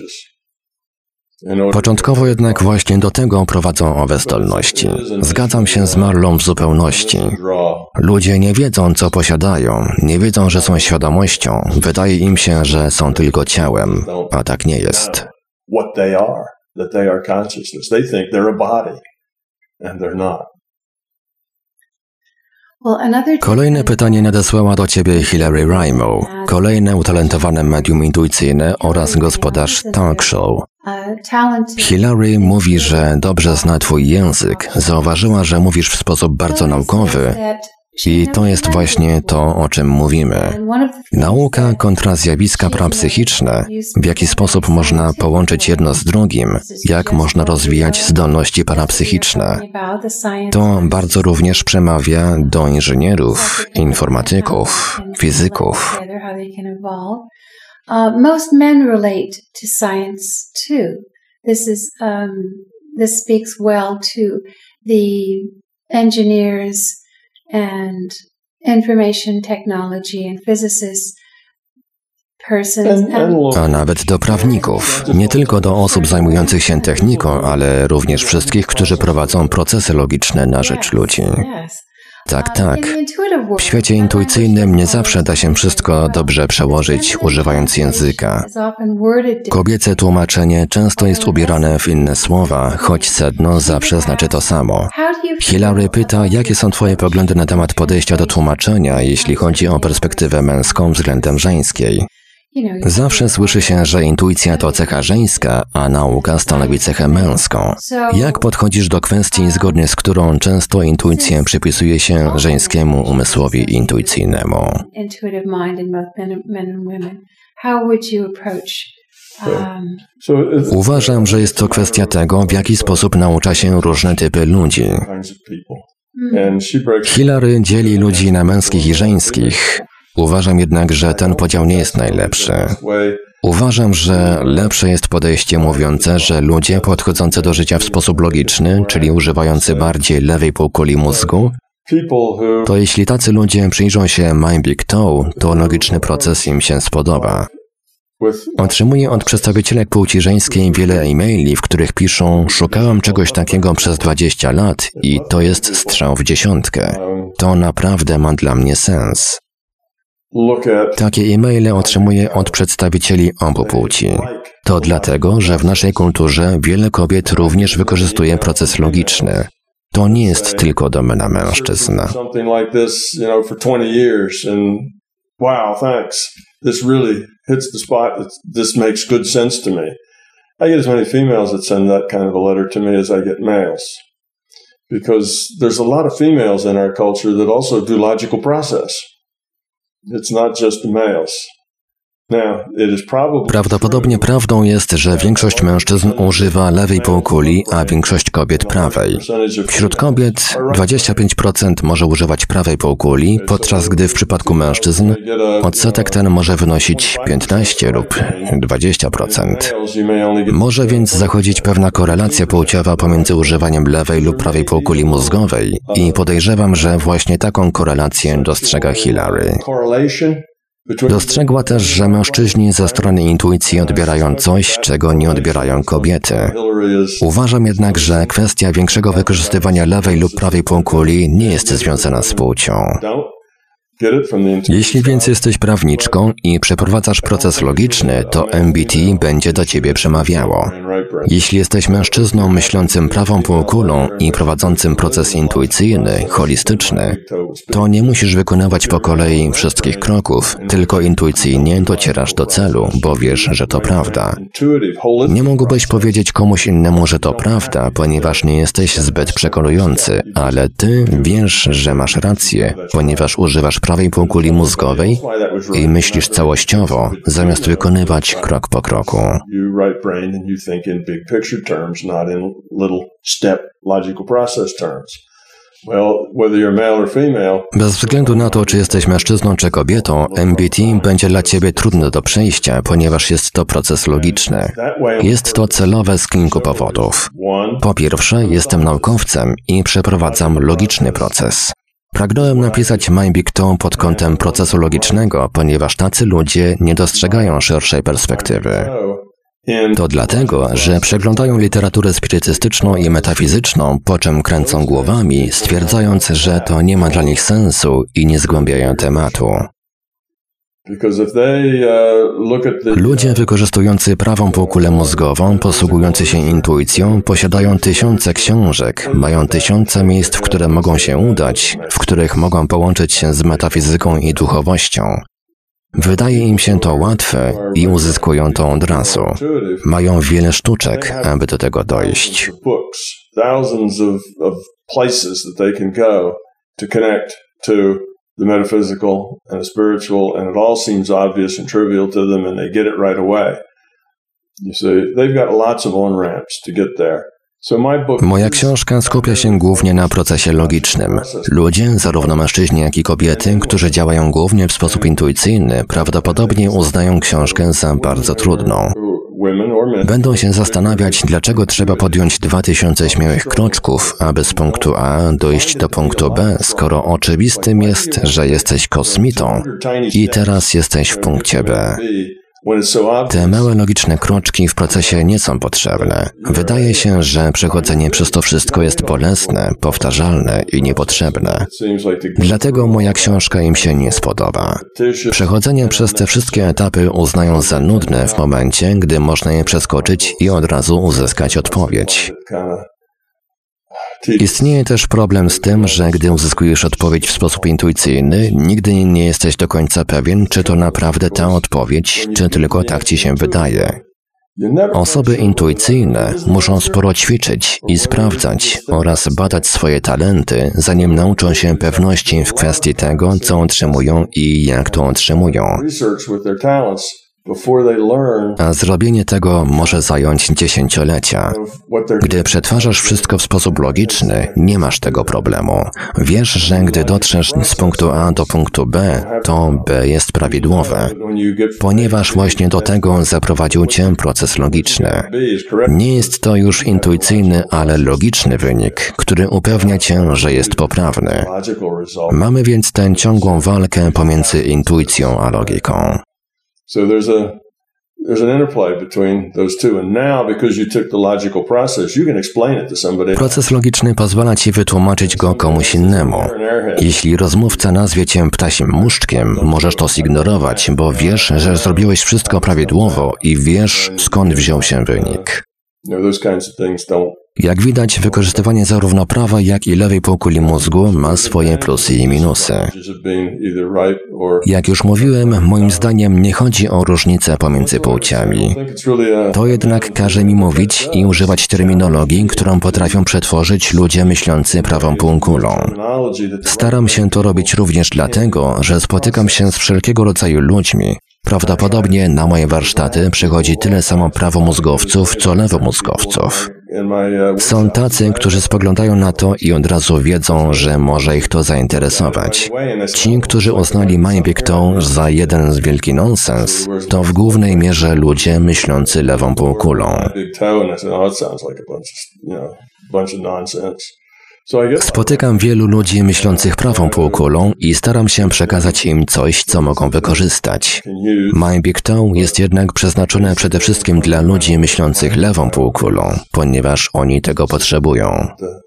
Początkowo jednak właśnie do tego prowadzą owe zdolności. Zgadzam się z Marlą w zupełności. Ludzie nie wiedzą, co posiadają, nie wiedzą, że są świadomością. Wydaje im się, że są tylko ciałem, a tak nie jest. Kolejne pytanie nadesłała do ciebie Hilary Raimo, kolejne utalentowane medium intuicyjne oraz gospodarz talk show. Hilary mówi, że dobrze zna twój język, zauważyła, że mówisz w sposób bardzo naukowy i to jest właśnie to, o czym mówimy. Nauka kontra zjawiska parapsychiczne, w jaki sposób można połączyć jedno z drugim, jak można rozwijać zdolności parapsychiczne. To bardzo również przemawia do inżynierów, informatyków, fizyków. Uh, most men relate to science too. This is um, this speaks well to the engineers and information technology and physicists. A nawet do prawników, nie tylko do osób zajmujących się techniką, ale również wszystkich, którzy prowadzą procesy logiczne na rzecz ludzi. Tak, tak. W świecie intuicyjnym nie zawsze da się wszystko dobrze przełożyć, używając języka. Kobiece tłumaczenie często jest ubierane w inne słowa, choć sedno zawsze znaczy to samo. Hilary pyta, jakie są twoje poglądy na temat podejścia do tłumaczenia, jeśli chodzi o perspektywę męską względem żeńskiej. Zawsze słyszy się, że intuicja to cecha żeńska, a nauka stanowi cechę męską. Jak podchodzisz do kwestii, zgodnie z którą często intuicję przypisuje się żeńskiemu umysłowi intuicyjnemu? Uważam, że jest to kwestia tego, w jaki sposób naucza się różne typy ludzi. Hilary dzieli ludzi na męskich i żeńskich. Uważam jednak, że ten podział nie jest najlepszy. Uważam, że lepsze jest podejście mówiące, że ludzie podchodzący do życia w sposób logiczny, czyli używający bardziej lewej półkuli mózgu, to jeśli tacy ludzie przyjrzą się My Big Toe, to logiczny proces im się spodoba. Otrzymuję od przedstawicielek płci żeńskiej wiele e-maili, w których piszą: szukałam czegoś takiego przez dwadzieścia lat i to jest strzał w dziesiątkę. To naprawdę ma dla mnie sens. Takie e-maile otrzymuję od przedstawicieli obu płci. To dlatego, że w naszej kulturze wiele kobiet również wykorzystuje proces logiczny. To nie jest tylko domena mężczyzn. Because there's a lot of females in our culture that also do logical process. It's not just the males. Prawdopodobnie prawdą jest, że większość mężczyzn używa lewej półkuli, a większość kobiet prawej. Wśród kobiet dwadzieścia pięć procent może używać prawej półkuli, podczas gdy w przypadku mężczyzn odsetek ten może wynosić piętnaście lub dwadzieścia procent. Może więc zachodzić pewna korelacja płciowa pomiędzy używaniem lewej lub prawej półkuli mózgowej i podejrzewam, że właśnie taką korelację dostrzega Hilary. Dostrzegła też, że mężczyźni ze strony intuicji odbierają coś, czego nie odbierają kobiety. Uważam jednak, że kwestia większego wykorzystywania lewej lub prawej półkuli nie jest związana z płcią. Jeśli więc jesteś prawniczką i przeprowadzasz proces logiczny, to M B T będzie do ciebie przemawiało. Jeśli jesteś mężczyzną myślącym prawą półkulą i prowadzącym proces intuicyjny, holistyczny, to nie musisz wykonywać po kolei wszystkich kroków, tylko intuicyjnie docierasz do celu, bo wiesz, że to prawda. Nie mógłbyś powiedzieć komuś innemu, że to prawda, ponieważ nie jesteś zbyt przekonujący, ale ty wiesz, że masz rację, ponieważ używasz prawej półkuli mózgowej i myślisz całościowo, zamiast wykonywać krok po kroku. Bez względu na to, czy jesteś mężczyzną czy kobietą, M B T będzie dla ciebie trudny do przejścia, ponieważ jest to proces logiczny. Jest to celowe z kilku powodów. Po pierwsze, jestem naukowcem i przeprowadzam logiczny proces. Pragnąłem napisać My Big Toe pod kątem procesu logicznego, ponieważ tacy ludzie nie dostrzegają szerszej perspektywy. To dlatego, że przeglądają literaturę spirytystyczną i metafizyczną, po czym kręcą głowami, stwierdzając, że to nie ma dla nich sensu i nie zgłębiają tematu. Ludzie wykorzystujący prawą półkulę mózgową, posługujący się intuicją, posiadają tysiące książek, mają tysiące miejsc, w które mogą się udać, w których mogą połączyć się z metafizyką i duchowością. Wydaje im się to łatwe i uzyskują to od razu. Mają wiele sztuczek, aby do tego dojść. The metaphysical and the spiritual, and it all seems obvious and trivial to them, and they get it right away. You see, they've got lots of on-ramps to get there. Moja książka skupia się głównie na procesie logicznym. Ludzie, zarówno mężczyźni, jak i kobiety, którzy działają głównie w sposób intuicyjny, prawdopodobnie uznają książkę za bardzo trudną. Będą się zastanawiać, dlaczego trzeba podjąć dwa tysiące śmiałych kroczków, aby z punktu A dojść do punktu B, skoro oczywistym jest, że jesteś kosmitą i teraz jesteś w punkcie B. Te małe logiczne kroczki w procesie nie są potrzebne. Wydaje się, że przechodzenie przez to wszystko jest bolesne, powtarzalne i niepotrzebne. Dlatego moja książka im się nie spodoba. Przechodzenie przez te wszystkie etapy uznają za nudne w momencie, gdy można je przeskoczyć i od razu uzyskać odpowiedź. Istnieje też problem z tym, że gdy uzyskujesz odpowiedź w sposób intuicyjny, nigdy nie jesteś do końca pewien, czy to naprawdę ta odpowiedź, czy tylko tak ci się wydaje. Osoby intuicyjne muszą sporo ćwiczyć i sprawdzać oraz badać swoje talenty, zanim nauczą się pewności w kwestii tego, co otrzymują i jak to otrzymują. A zrobienie tego może zająć dziesięciolecia. Gdy przetwarzasz wszystko w sposób logiczny, nie masz tego problemu. Wiesz, że gdy dotrzesz z punktu A do punktu B, to B jest prawidłowe, ponieważ właśnie do tego zaprowadził cię proces logiczny. Nie jest to już intuicyjny, ale logiczny wynik, który upewnia cię, że jest poprawny. Mamy więc tę ciągłą walkę pomiędzy intuicją a logiką. So there's a there's an interplay between those two, and now because you took the logical process, you can explain it to somebody. Proces logiczny pozwala ci wytłumaczyć go komuś innemu. Jeśli rozmówca nazwie cię ptasim muszczkiem, możesz to zignorować, bo wiesz, że zrobiłeś wszystko prawidłowo i wiesz, skąd wziął się wynik. Jak widać, wykorzystywanie zarówno prawej, jak i lewej półkuli mózgu ma swoje plusy i minusy. Jak już mówiłem, moim zdaniem nie chodzi o różnicę pomiędzy płciami. To jednak każe mi mówić i używać terminologii, którą potrafią przetworzyć ludzie myślący prawą półkulą. Staram się to robić również dlatego, że spotykam się z wszelkiego rodzaju ludźmi. Prawdopodobnie na moje warsztaty przychodzi tyle samo prawomózgowców, co lewomózgowców. Są tacy, którzy spoglądają na to i od razu wiedzą, że może ich to zainteresować. Ci, którzy uznali My Big Toe za jeden z wielki nonsens, to w głównej mierze ludzie myślący lewą półkulą. Spotykam wielu ludzi myślących prawą półkulą i staram się przekazać im coś, co mogą wykorzystać. My Big Toe jest jednak przeznaczone przede wszystkim dla ludzi myślących lewą półkulą, ponieważ oni tego potrzebują.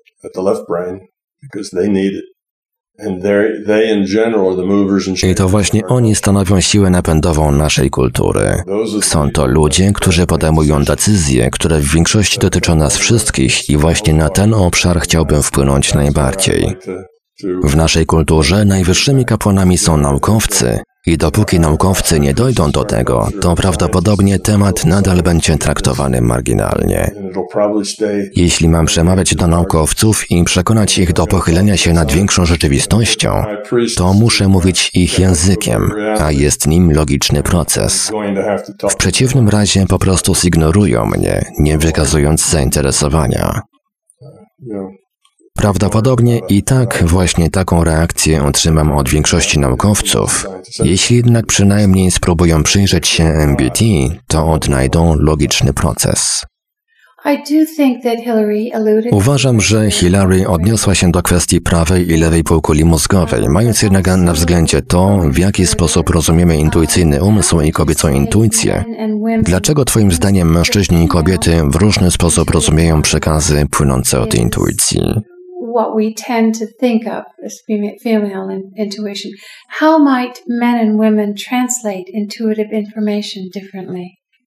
I to właśnie oni stanowią siłę napędową naszej kultury. Są to ludzie, którzy podejmują decyzje, które w większości dotyczą nas wszystkich i właśnie na ten obszar chciałbym wpłynąć najbardziej. W naszej kulturze najwyższymi kapłanami są naukowcy i dopóki naukowcy nie dojdą do tego, to prawdopodobnie temat nadal będzie traktowany marginalnie. Jeśli mam przemawiać do naukowców i przekonać ich do pochylenia się nad większą rzeczywistością, to muszę mówić ich językiem, a jest nim logiczny proces. W przeciwnym razie po prostu zignorują mnie, nie wykazując zainteresowania. Prawdopodobnie i tak właśnie taką reakcję otrzymam od większości naukowców. Jeśli jednak przynajmniej spróbują przyjrzeć się M B T, to odnajdą logiczny proces. Uważam, że Hillary odniosła się do kwestii prawej i lewej półkuli mózgowej, mając jednak na względzie to, w jaki sposób rozumiemy intuicyjny umysł i kobiecą intuicję. Dlaczego twoim zdaniem mężczyźni i kobiety w różny sposób rozumieją przekazy płynące od intuicji? What we tend to think of as female intuition. How might men and women translate intuitive information differently?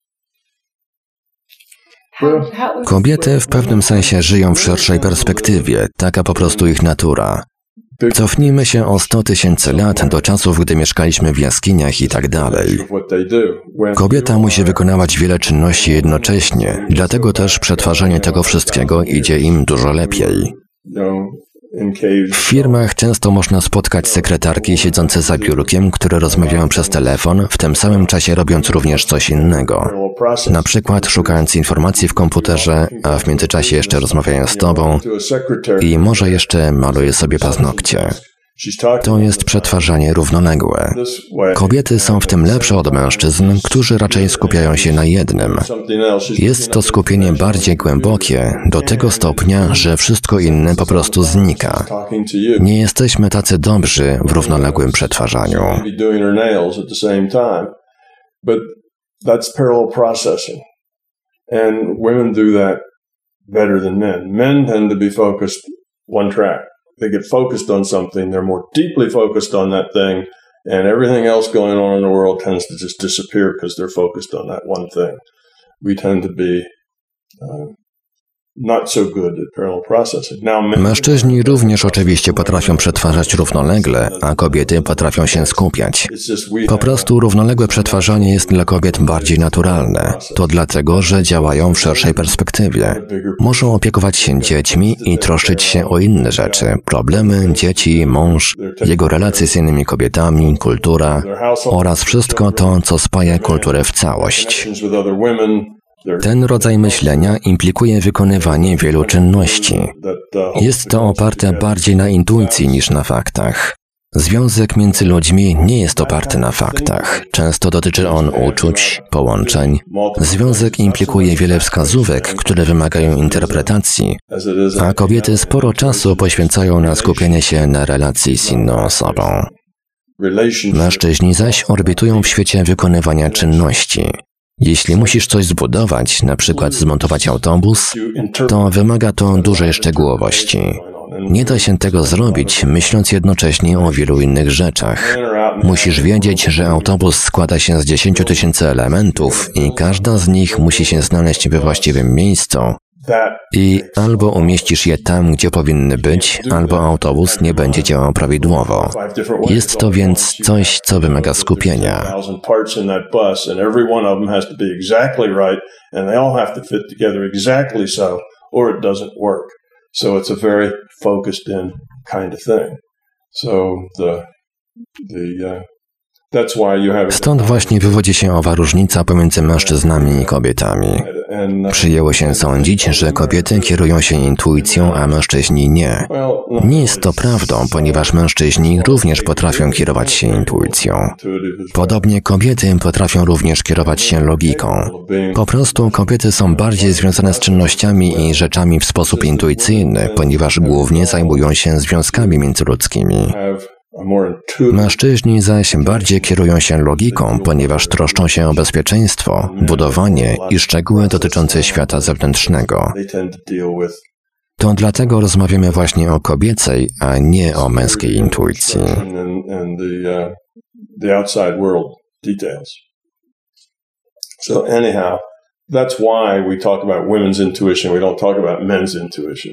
Kobiety w pewnym sensie żyją w szerszej perspektywie, taka po prostu ich natura. Cofnijmy się o sto tysięcy lat do czasów, gdy mieszkaliśmy w jaskiniach i tak dalej. Kobieta musi wykonywać wiele czynności jednocześnie, dlatego też przetwarzanie tego wszystkiego idzie im dużo lepiej. W firmach często można spotkać sekretarki siedzące za biurkiem, które rozmawiają przez telefon, w tym samym czasie robiąc również coś innego. Na przykład szukając informacji w komputerze, a w międzyczasie jeszcze rozmawiają z tobą i może jeszcze maluje sobie paznokcie. To jest przetwarzanie równoległe. Kobiety są w tym lepsze od mężczyzn, którzy raczej skupiają się na jednym. Jest to skupienie bardziej głębokie, do tego stopnia, że wszystko inne po prostu znika. Nie jesteśmy tacy dobrzy w równoległym przetwarzaniu. They get focused on something, they're more deeply focused on that thing, and everything else going on in the world tends to just disappear because they're focused on that one thing. We tend to be uh, not so good at parallel processing. Now, mężczyźni również oczywiście potrafią przetwarzać równolegle, a kobiety potrafią się skupiać. Po prostu równoległe przetwarzanie jest dla kobiet bardziej naturalne. To dlatego, że działają w szerszej perspektywie. Muszą opiekować się dziećmi i troszczyć się o inne rzeczy. Problemy, dzieci, mąż, jego relacje z innymi kobietami, kultura oraz wszystko to, co spaja kulturę w całość. Ten rodzaj myślenia implikuje wykonywanie wielu czynności. Jest to oparte bardziej na intuicji niż na faktach. Związek między ludźmi nie jest oparty na faktach. Często dotyczy on uczuć, połączeń. Związek implikuje wiele wskazówek, które wymagają interpretacji, a kobiety sporo czasu poświęcają na skupienie się na relacji z inną osobą. Mężczyźni zaś orbitują w świecie wykonywania czynności. Jeśli musisz coś zbudować, na przykład zmontować autobus, to wymaga to dużej szczegółowości. Nie da się tego zrobić, myśląc jednocześnie o wielu innych rzeczach. Musisz wiedzieć, że autobus składa się z dziesięciu tysięcy elementów i każda z nich musi się znaleźć we właściwym miejscu. I albo umieścisz je tam, gdzie powinny być, albo autobus nie będzie działał prawidłowo. Jest to więc coś, co wymaga skupienia. Stąd właśnie wywodzi się owa różnica pomiędzy mężczyznami i kobietami. Przyjęło się sądzić, że kobiety kierują się intuicją, a mężczyźni nie. Nie jest to prawdą, ponieważ mężczyźni również potrafią kierować się intuicją. Podobnie kobiety potrafią również kierować się logiką. Po prostu kobiety są bardziej związane z czynnościami i rzeczami w sposób intuicyjny, ponieważ głównie zajmują się związkami międzyludzkimi. Mężczyźni zaś bardziej kierują się logiką, ponieważ troszczą się o bezpieczeństwo, budowanie i szczegóły dotyczące świata zewnętrznego. To dlatego rozmawiamy właśnie o kobiecej, a nie o męskiej intuicji. So anyhow, that's why we talk about women's intuition, we don't talk about men's intuition.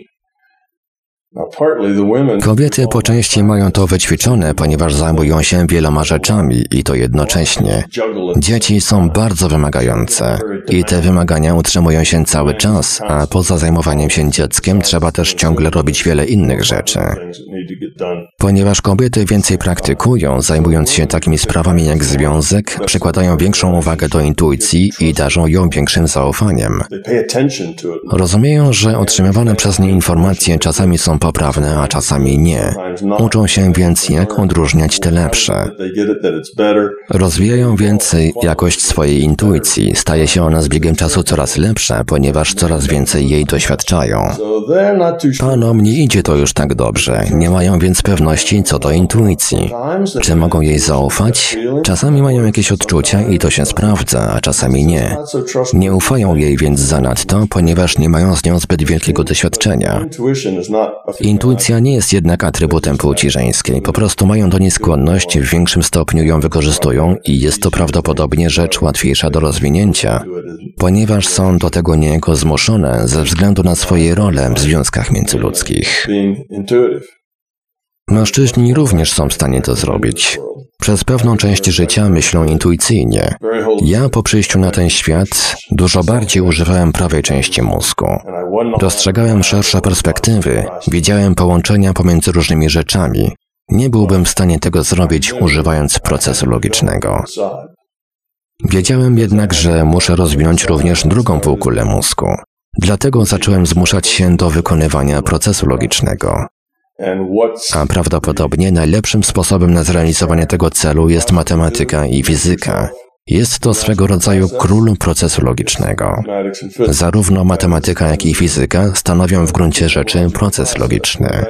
Kobiety po części mają to wyćwiczone, ponieważ zajmują się wieloma rzeczami i to jednocześnie. Dzieci są bardzo wymagające i te wymagania utrzymują się cały czas, a poza zajmowaniem się dzieckiem trzeba też ciągle robić wiele innych rzeczy. Ponieważ kobiety więcej praktykują, zajmując się takimi sprawami jak związek, przykładają większą uwagę do intuicji i darzą ją większym zaufaniem. Rozumieją, że otrzymywane przez nie informacje czasami są poprawne, a czasami nie. Uczą się więc, jak odróżniać te lepsze. Rozwijają więc jakość swojej intuicji. Staje się ona z biegiem czasu coraz lepsza, ponieważ coraz więcej jej doświadczają. Panom nie idzie to już tak dobrze. Nie mają więc pewności co do intuicji. Czy mogą jej zaufać? Czasami mają jakieś odczucia i to się sprawdza, a czasami nie. Nie ufają jej więc zanadto, ponieważ nie mają z nią zbyt wielkiego doświadczenia. Intuicja nie jest jednak atrybutem płci żeńskiej. Po prostu mają do niej skłonność, w większym stopniu ją wykorzystują i jest to prawdopodobnie rzecz łatwiejsza do rozwinięcia, ponieważ są do tego niejako zmuszone ze względu na swoje role w związkach międzyludzkich. Mężczyźni również są w stanie to zrobić. Przez pewną część życia myślą intuicyjnie. Ja po przyjściu na ten świat dużo bardziej używałem prawej części mózgu. Dostrzegałem szersze perspektywy, widziałem połączenia pomiędzy różnymi rzeczami. Nie byłbym w stanie tego zrobić używając procesu logicznego. Wiedziałem jednak, że muszę rozwinąć również drugą półkulę mózgu. Dlatego zacząłem zmuszać się do wykonywania procesu logicznego. A prawdopodobnie najlepszym sposobem na zrealizowanie tego celu jest matematyka i fizyka. Jest to swego rodzaju król procesu logicznego. Zarówno matematyka, jak i fizyka stanowią w gruncie rzeczy proces logiczny.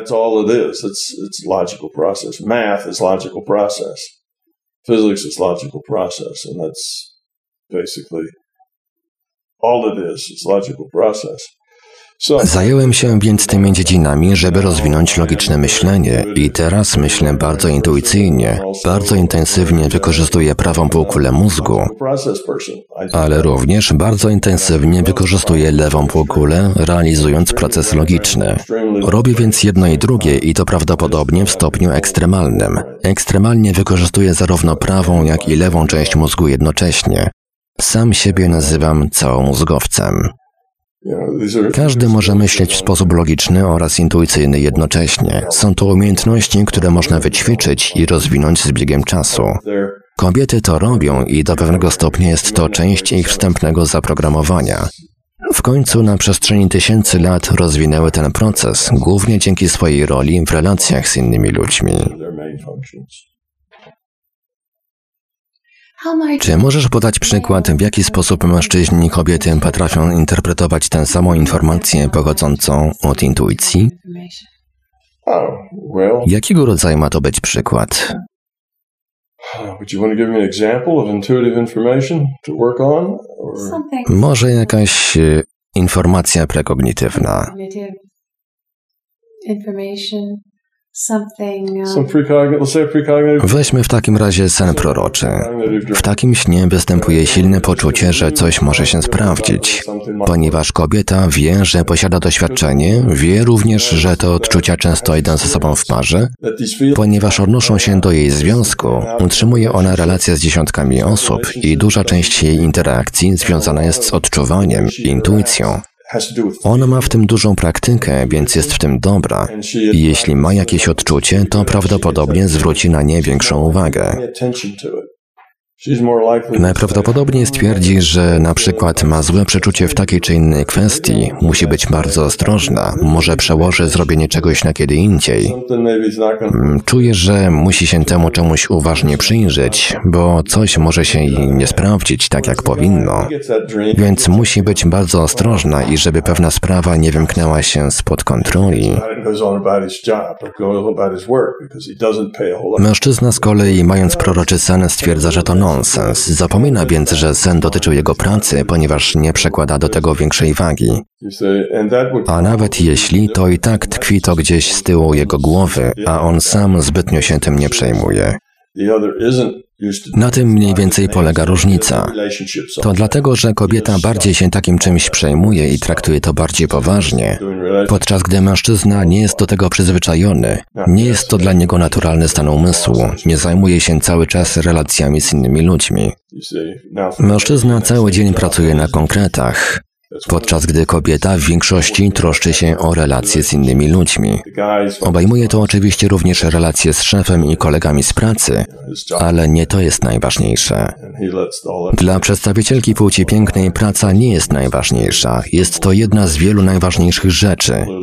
Physics is logical process, and that's basically all it is. It's logical process. Zająłem się więc tymi dziedzinami, żeby rozwinąć logiczne myślenie i teraz myślę bardzo intuicyjnie, bardzo intensywnie wykorzystuję prawą półkulę mózgu, ale również bardzo intensywnie wykorzystuję lewą półkulę, realizując proces logiczny. Robię więc jedno i drugie i to prawdopodobnie w stopniu ekstremalnym. Ekstremalnie wykorzystuję zarówno prawą, jak i lewą część mózgu jednocześnie. Sam siebie nazywam całomózgowcem. Każdy może myśleć w sposób logiczny oraz intuicyjny jednocześnie. Są to umiejętności, które można wyćwiczyć i rozwinąć z biegiem czasu. Kobiety to robią i do pewnego stopnia jest to część ich wstępnego zaprogramowania. W końcu na przestrzeni tysięcy lat rozwinęły ten proces, głównie dzięki swojej roli w relacjach z innymi ludźmi. Czy możesz podać przykład, w jaki sposób mężczyźni i kobiety potrafią interpretować tę samą informację pochodzącą od intuicji? Jakiego rodzaju ma to być przykład? Może jakaś informacja prekognitywna. Weźmy w takim razie sen proroczy. W takim śnie występuje silne poczucie, że coś może się sprawdzić. Ponieważ kobieta wie, że posiada doświadczenie, wie również, że te odczucia często idą ze sobą w parze. Ponieważ odnoszą się do jej związku, utrzymuje ona relacje z dziesiątkami osób i duża część jej interakcji związana jest z odczuwaniem, intuicją. Ona ma w tym dużą praktykę, więc jest w tym dobra. I jeśli ma jakieś odczucie, to prawdopodobnie zwróci na nie większą uwagę. Najprawdopodobniej stwierdzi, że na przykład ma złe przeczucie w takiej czy innej kwestii, musi być bardzo ostrożna, może przełoży zrobienie czegoś na kiedy indziej. Czuje, że musi się temu czemuś uważnie przyjrzeć, bo coś może się jej nie sprawdzić tak jak powinno. Więc musi być bardzo ostrożna i żeby pewna sprawa nie wymknęła się spod kontroli. Mężczyzna z kolei, mając proroczy sen, stwierdza, że to nonsens. Zapomina więc, że sen dotyczył jego pracy, ponieważ nie przekłada do tego większej wagi. A nawet jeśli, to i tak tkwi to gdzieś z tyłu jego głowy, a on sam zbytnio się tym nie przejmuje. Na tym mniej więcej polega różnica. To dlatego, że kobieta bardziej się takim czymś przejmuje i traktuje to bardziej poważnie, podczas gdy mężczyzna nie jest do tego przyzwyczajony. Nie jest to dla niego naturalny stan umysłu, nie zajmuje się cały czas relacjami z innymi ludźmi. Mężczyzna cały dzień pracuje na konkretach, podczas gdy kobieta w większości troszczy się o relacje z innymi ludźmi. Obejmuje to oczywiście również relacje z szefem i kolegami z pracy, ale nie to jest najważniejsze. Dla przedstawicielki płci pięknej praca nie jest najważniejsza, jest to jedna z wielu najważniejszych rzeczy.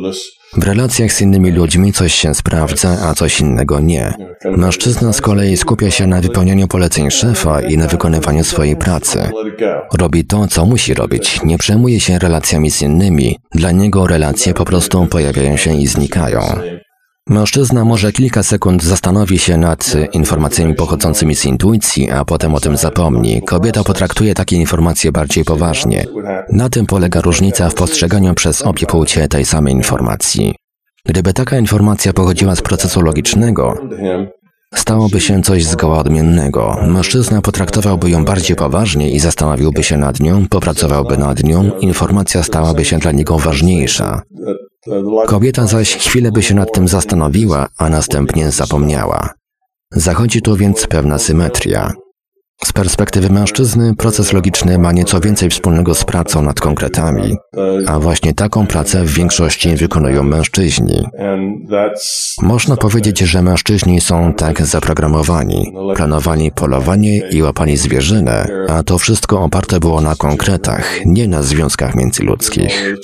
W relacjach z innymi ludźmi coś się sprawdza, a coś innego nie. Mężczyzna z kolei skupia się na wypełnianiu poleceń szefa i na wykonywaniu swojej pracy. Robi to, co musi robić, nie przejmuje się relacjami z innymi. Dla niego relacje po prostu pojawiają się i znikają. Mężczyzna może kilka sekund zastanowi się nad informacjami pochodzącymi z intuicji, a potem o tym zapomni. Kobieta potraktuje takie informacje bardziej poważnie. Na tym polega różnica w postrzeganiu przez obie płcie tej samej informacji. Gdyby taka informacja pochodziła z procesu logicznego, stałoby się coś zgoła odmiennego. Mężczyzna potraktowałby ją bardziej poważnie i zastanowiłby się nad nią, popracowałby nad nią, informacja stałaby się dla niego ważniejsza. Kobieta zaś chwilę by się nad tym zastanowiła, a następnie zapomniała. Zachodzi tu więc pewna symetria. Z perspektywy mężczyzny proces logiczny ma nieco więcej wspólnego z pracą nad konkretami, a właśnie taką pracę w większości wykonują mężczyźni. Można powiedzieć, że mężczyźni są tak zaprogramowani. Planowali polowanie i łapali zwierzynę, a to wszystko oparte było na konkretach, nie na związkach międzyludzkich.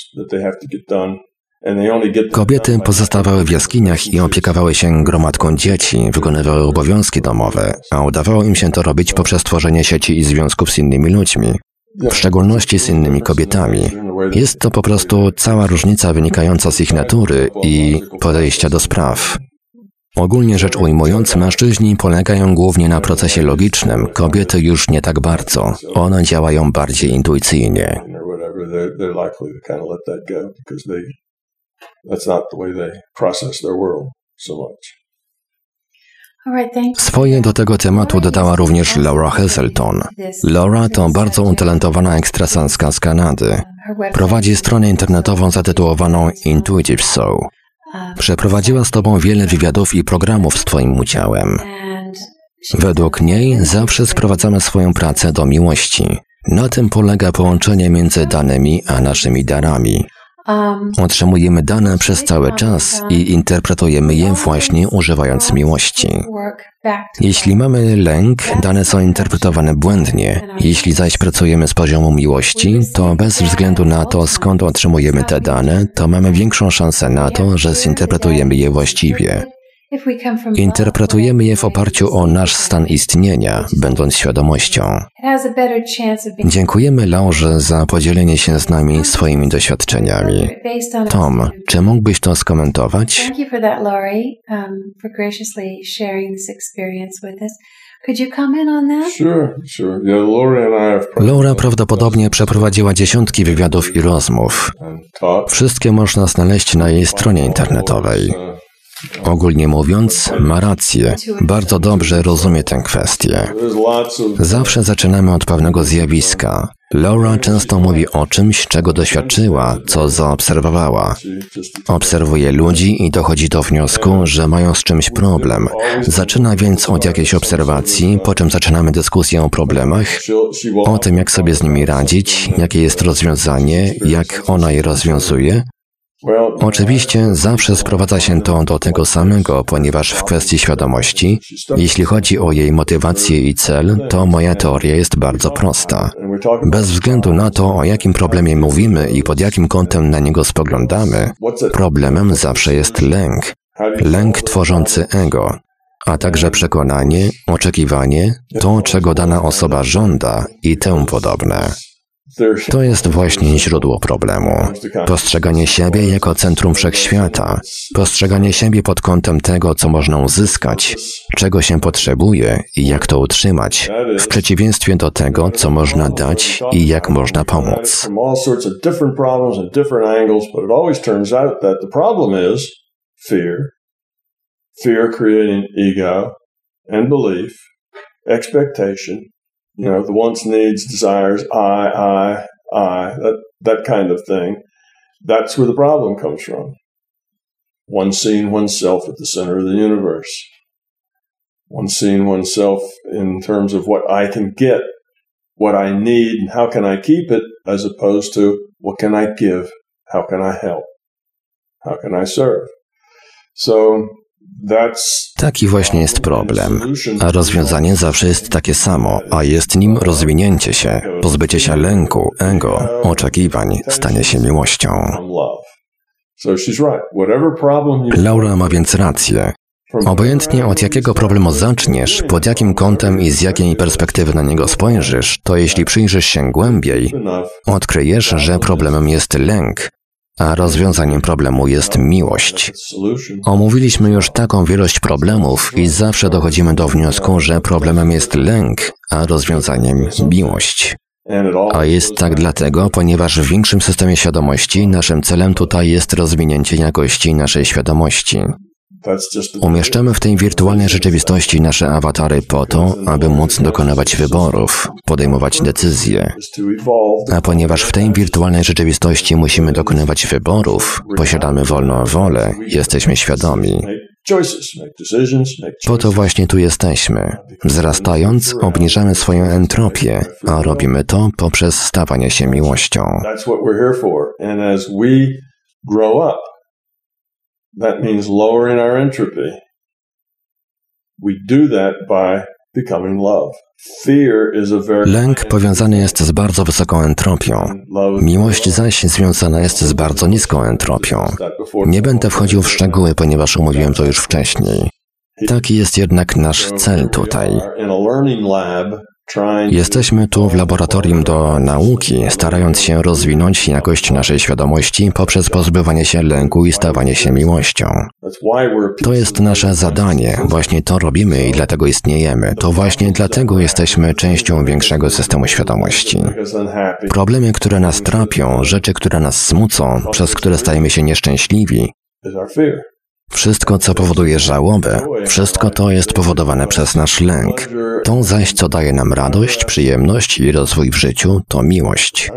Kobiety pozostawały w jaskiniach i opiekowały się gromadką dzieci, wykonywały obowiązki domowe, a udawało im się to robić poprzez tworzenie sieci i związków z innymi ludźmi, w szczególności z innymi kobietami. Jest to po prostu cała różnica wynikająca z ich natury i podejścia do spraw. Ogólnie rzecz ujmując, mężczyźni polegają głównie na procesie logicznym, kobiety już nie tak bardzo. One działają bardziej intuicyjnie. That's not the way they process their world so much. Swoje do tego tematu dodała również Laura Hazelton. Laura to bardzo utalentowana ekstrasenska z Kanady. Prowadzi stronę internetową zatytułowaną Intuitive Soul. Przeprowadziła z tobą wiele wywiadów i programów z twoim udziałem. Według niej zawsze sprowadzamy swoją pracę do miłości. Na tym polega połączenie między danymi a naszymi darami. Otrzymujemy dane przez cały czas i interpretujemy je właśnie używając miłości. Jeśli mamy lęk, dane są interpretowane błędnie. Jeśli zaś pracujemy z poziomu miłości, to bez względu na to, skąd otrzymujemy te dane, to mamy większą szansę na to, że zinterpretujemy je właściwie. Interpretujemy je w oparciu o nasz stan istnienia, będąc świadomością. Dziękujemy Laurze za podzielenie się z nami swoimi doświadczeniami. Tom, czy mógłbyś to skomentować? Laura prawdopodobnie przeprowadziła dziesiątki wywiadów i rozmów. Wszystkie można znaleźć na jej stronie internetowej. Ogólnie mówiąc, ma rację. Bardzo dobrze rozumie tę kwestię. Zawsze zaczynamy od pewnego zjawiska. Laura często mówi o czymś, czego doświadczyła, co zaobserwowała. Obserwuje ludzi i dochodzi do wniosku, że mają z czymś problem. Zaczyna więc od jakiejś obserwacji, po czym zaczynamy dyskusję o problemach, o tym, jak sobie z nimi radzić, jakie jest rozwiązanie, jak ona je rozwiązuje. Oczywiście zawsze sprowadza się to do tego samego, ponieważ w kwestii świadomości, jeśli chodzi o jej motywację i cel, to moja teoria jest bardzo prosta. Bez względu na to, o jakim problemie mówimy i pod jakim kątem na niego spoglądamy, problemem zawsze jest lęk. Lęk tworzący ego, a także przekonanie, oczekiwanie, to, czego dana osoba żąda i temu podobne. To jest właśnie źródło problemu. Postrzeganie siebie jako centrum wszechświata. Postrzeganie siebie pod kątem tego, co można uzyskać, czego się potrzebuje i jak to utrzymać, w przeciwieństwie do tego, co można dać i jak można pomóc. Fear creating ego and belief, expectation, you know, the wants, needs, desires, I, I, I, that, that kind of thing. That's where the problem comes from. One seeing oneself at the center of the universe. One seeing oneself in terms of what I can get, what I need, and how can I keep it, as opposed to what can I give, how can I help, how can I serve. So Taki właśnie jest problem, a rozwiązanie zawsze jest takie samo, a jest nim rozwinięcie się, pozbycie się lęku, ego, oczekiwań, stanie się miłością. So she's right. Whatever problem you Laura ma więc rację. Obojętnie od jakiego problemu zaczniesz, pod jakim kątem i z jakiej perspektywy na niego spojrzysz, to jeśli przyjrzysz się głębiej, odkryjesz, że problemem jest lęk, a rozwiązaniem problemu jest miłość. Omówiliśmy już taką wielość problemów i zawsze dochodzimy do wniosku, że problemem jest lęk, a rozwiązaniem miłość. A jest tak dlatego, ponieważ w większym systemie świadomości naszym celem tutaj jest rozwinięcie jakości naszej świadomości. Umieszczamy w tej wirtualnej rzeczywistości nasze awatary po to, aby móc dokonywać wyborów, podejmować decyzje. A ponieważ w tej wirtualnej rzeczywistości musimy dokonywać wyborów, posiadamy wolną wolę, jesteśmy świadomi. Po to właśnie tu jesteśmy. Wzrastając, obniżamy swoją entropię, a robimy to poprzez stawanie się miłością. That means lowering our entropy. We do that by becoming love. Fear is a very Lęk powiązany jest z bardzo wysoką entropią. Miłość zaś związana jest z bardzo niską entropią. Nie będę wchodził w szczegóły, ponieważ omówiłem to już wcześniej. Taki jest jednak nasz cel tutaj. Jesteśmy tu w laboratorium do nauki, starając się rozwinąć jakość naszej świadomości poprzez pozbywanie się lęku i stawanie się miłością. To jest nasze zadanie, właśnie to robimy i dlatego istniejemy. To właśnie dlatego jesteśmy częścią większego systemu świadomości. Problemy, które nas trapią, rzeczy, które nas smucą, przez które stajemy się nieszczęśliwi, wszystko, co powoduje żałobę, wszystko to jest powodowane przez nasz lęk. To zaś, co daje nam radość, przyjemność i rozwój w życiu, to miłość.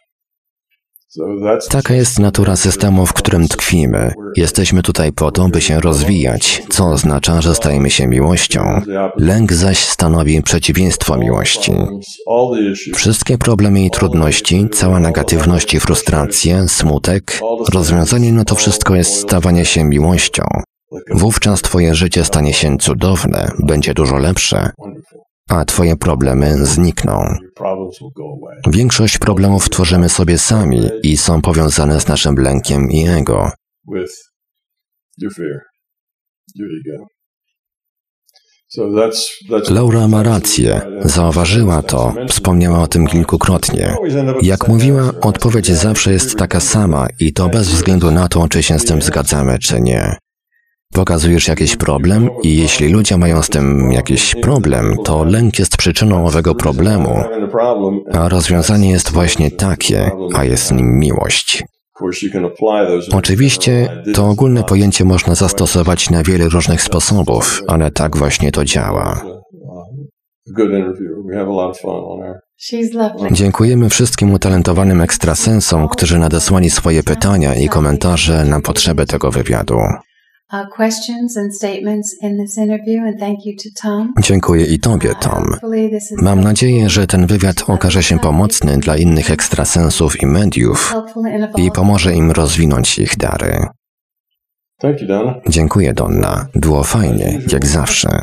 Taka jest natura systemu, w którym tkwimy. Jesteśmy tutaj po to, by się rozwijać, co oznacza, że stajemy się miłością. Lęk zaś stanowi przeciwieństwo miłości. Wszystkie problemy i trudności, cała negatywność i frustracje, smutek, rozwiązaniem na to wszystko jest stawanie się miłością. Wówczas twoje życie stanie się cudowne, będzie dużo lepsze, a twoje problemy znikną. Większość problemów tworzymy sobie sami i są powiązane z naszym lękiem i ego. Laura ma rację, zauważyła to, wspomniała o tym kilkukrotnie. Jak mówiła, odpowiedź zawsze jest taka sama i to bez względu na to, czy się z tym zgadzamy, czy nie. Pokazujesz jakiś problem i jeśli ludzie mają z tym jakiś problem, to lęk jest przyczyną owego problemu, a rozwiązanie jest właśnie takie, a jest nim miłość. Oczywiście to ogólne pojęcie można zastosować na wiele różnych sposobów, ale tak właśnie to działa. Dziękujemy wszystkim utalentowanym ekstrasensom, którzy nadesłali swoje pytania i komentarze na potrzeby tego wywiadu. Dziękuję i Tobie, Tom. Mam nadzieję, że ten wywiad okaże się pomocny dla innych ekstrasensów i mediów i pomoże im rozwinąć ich dary. Dziękuję, Donna. Było fajnie, jak zawsze.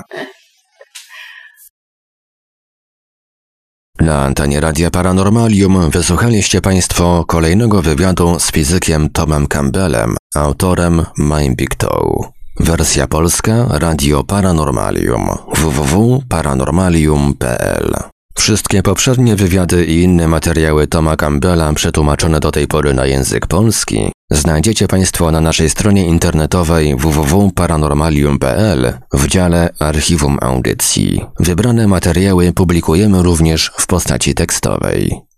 Na antenie Radia Paranormalium wysłuchaliście Państwo kolejnego wywiadu z fizykiem Tomem Campbellem, autorem My Big Toe. Wersja polska Radio Paranormalium w w w kropka paranormalium kropka p l. Wszystkie poprzednie wywiady i inne materiały Toma Campbella przetłumaczone do tej pory na język polski znajdziecie Państwo na naszej stronie internetowej w w w kropka paranormalium kropka p l w dziale Archiwum Audycji. Wybrane materiały publikujemy również w postaci tekstowej.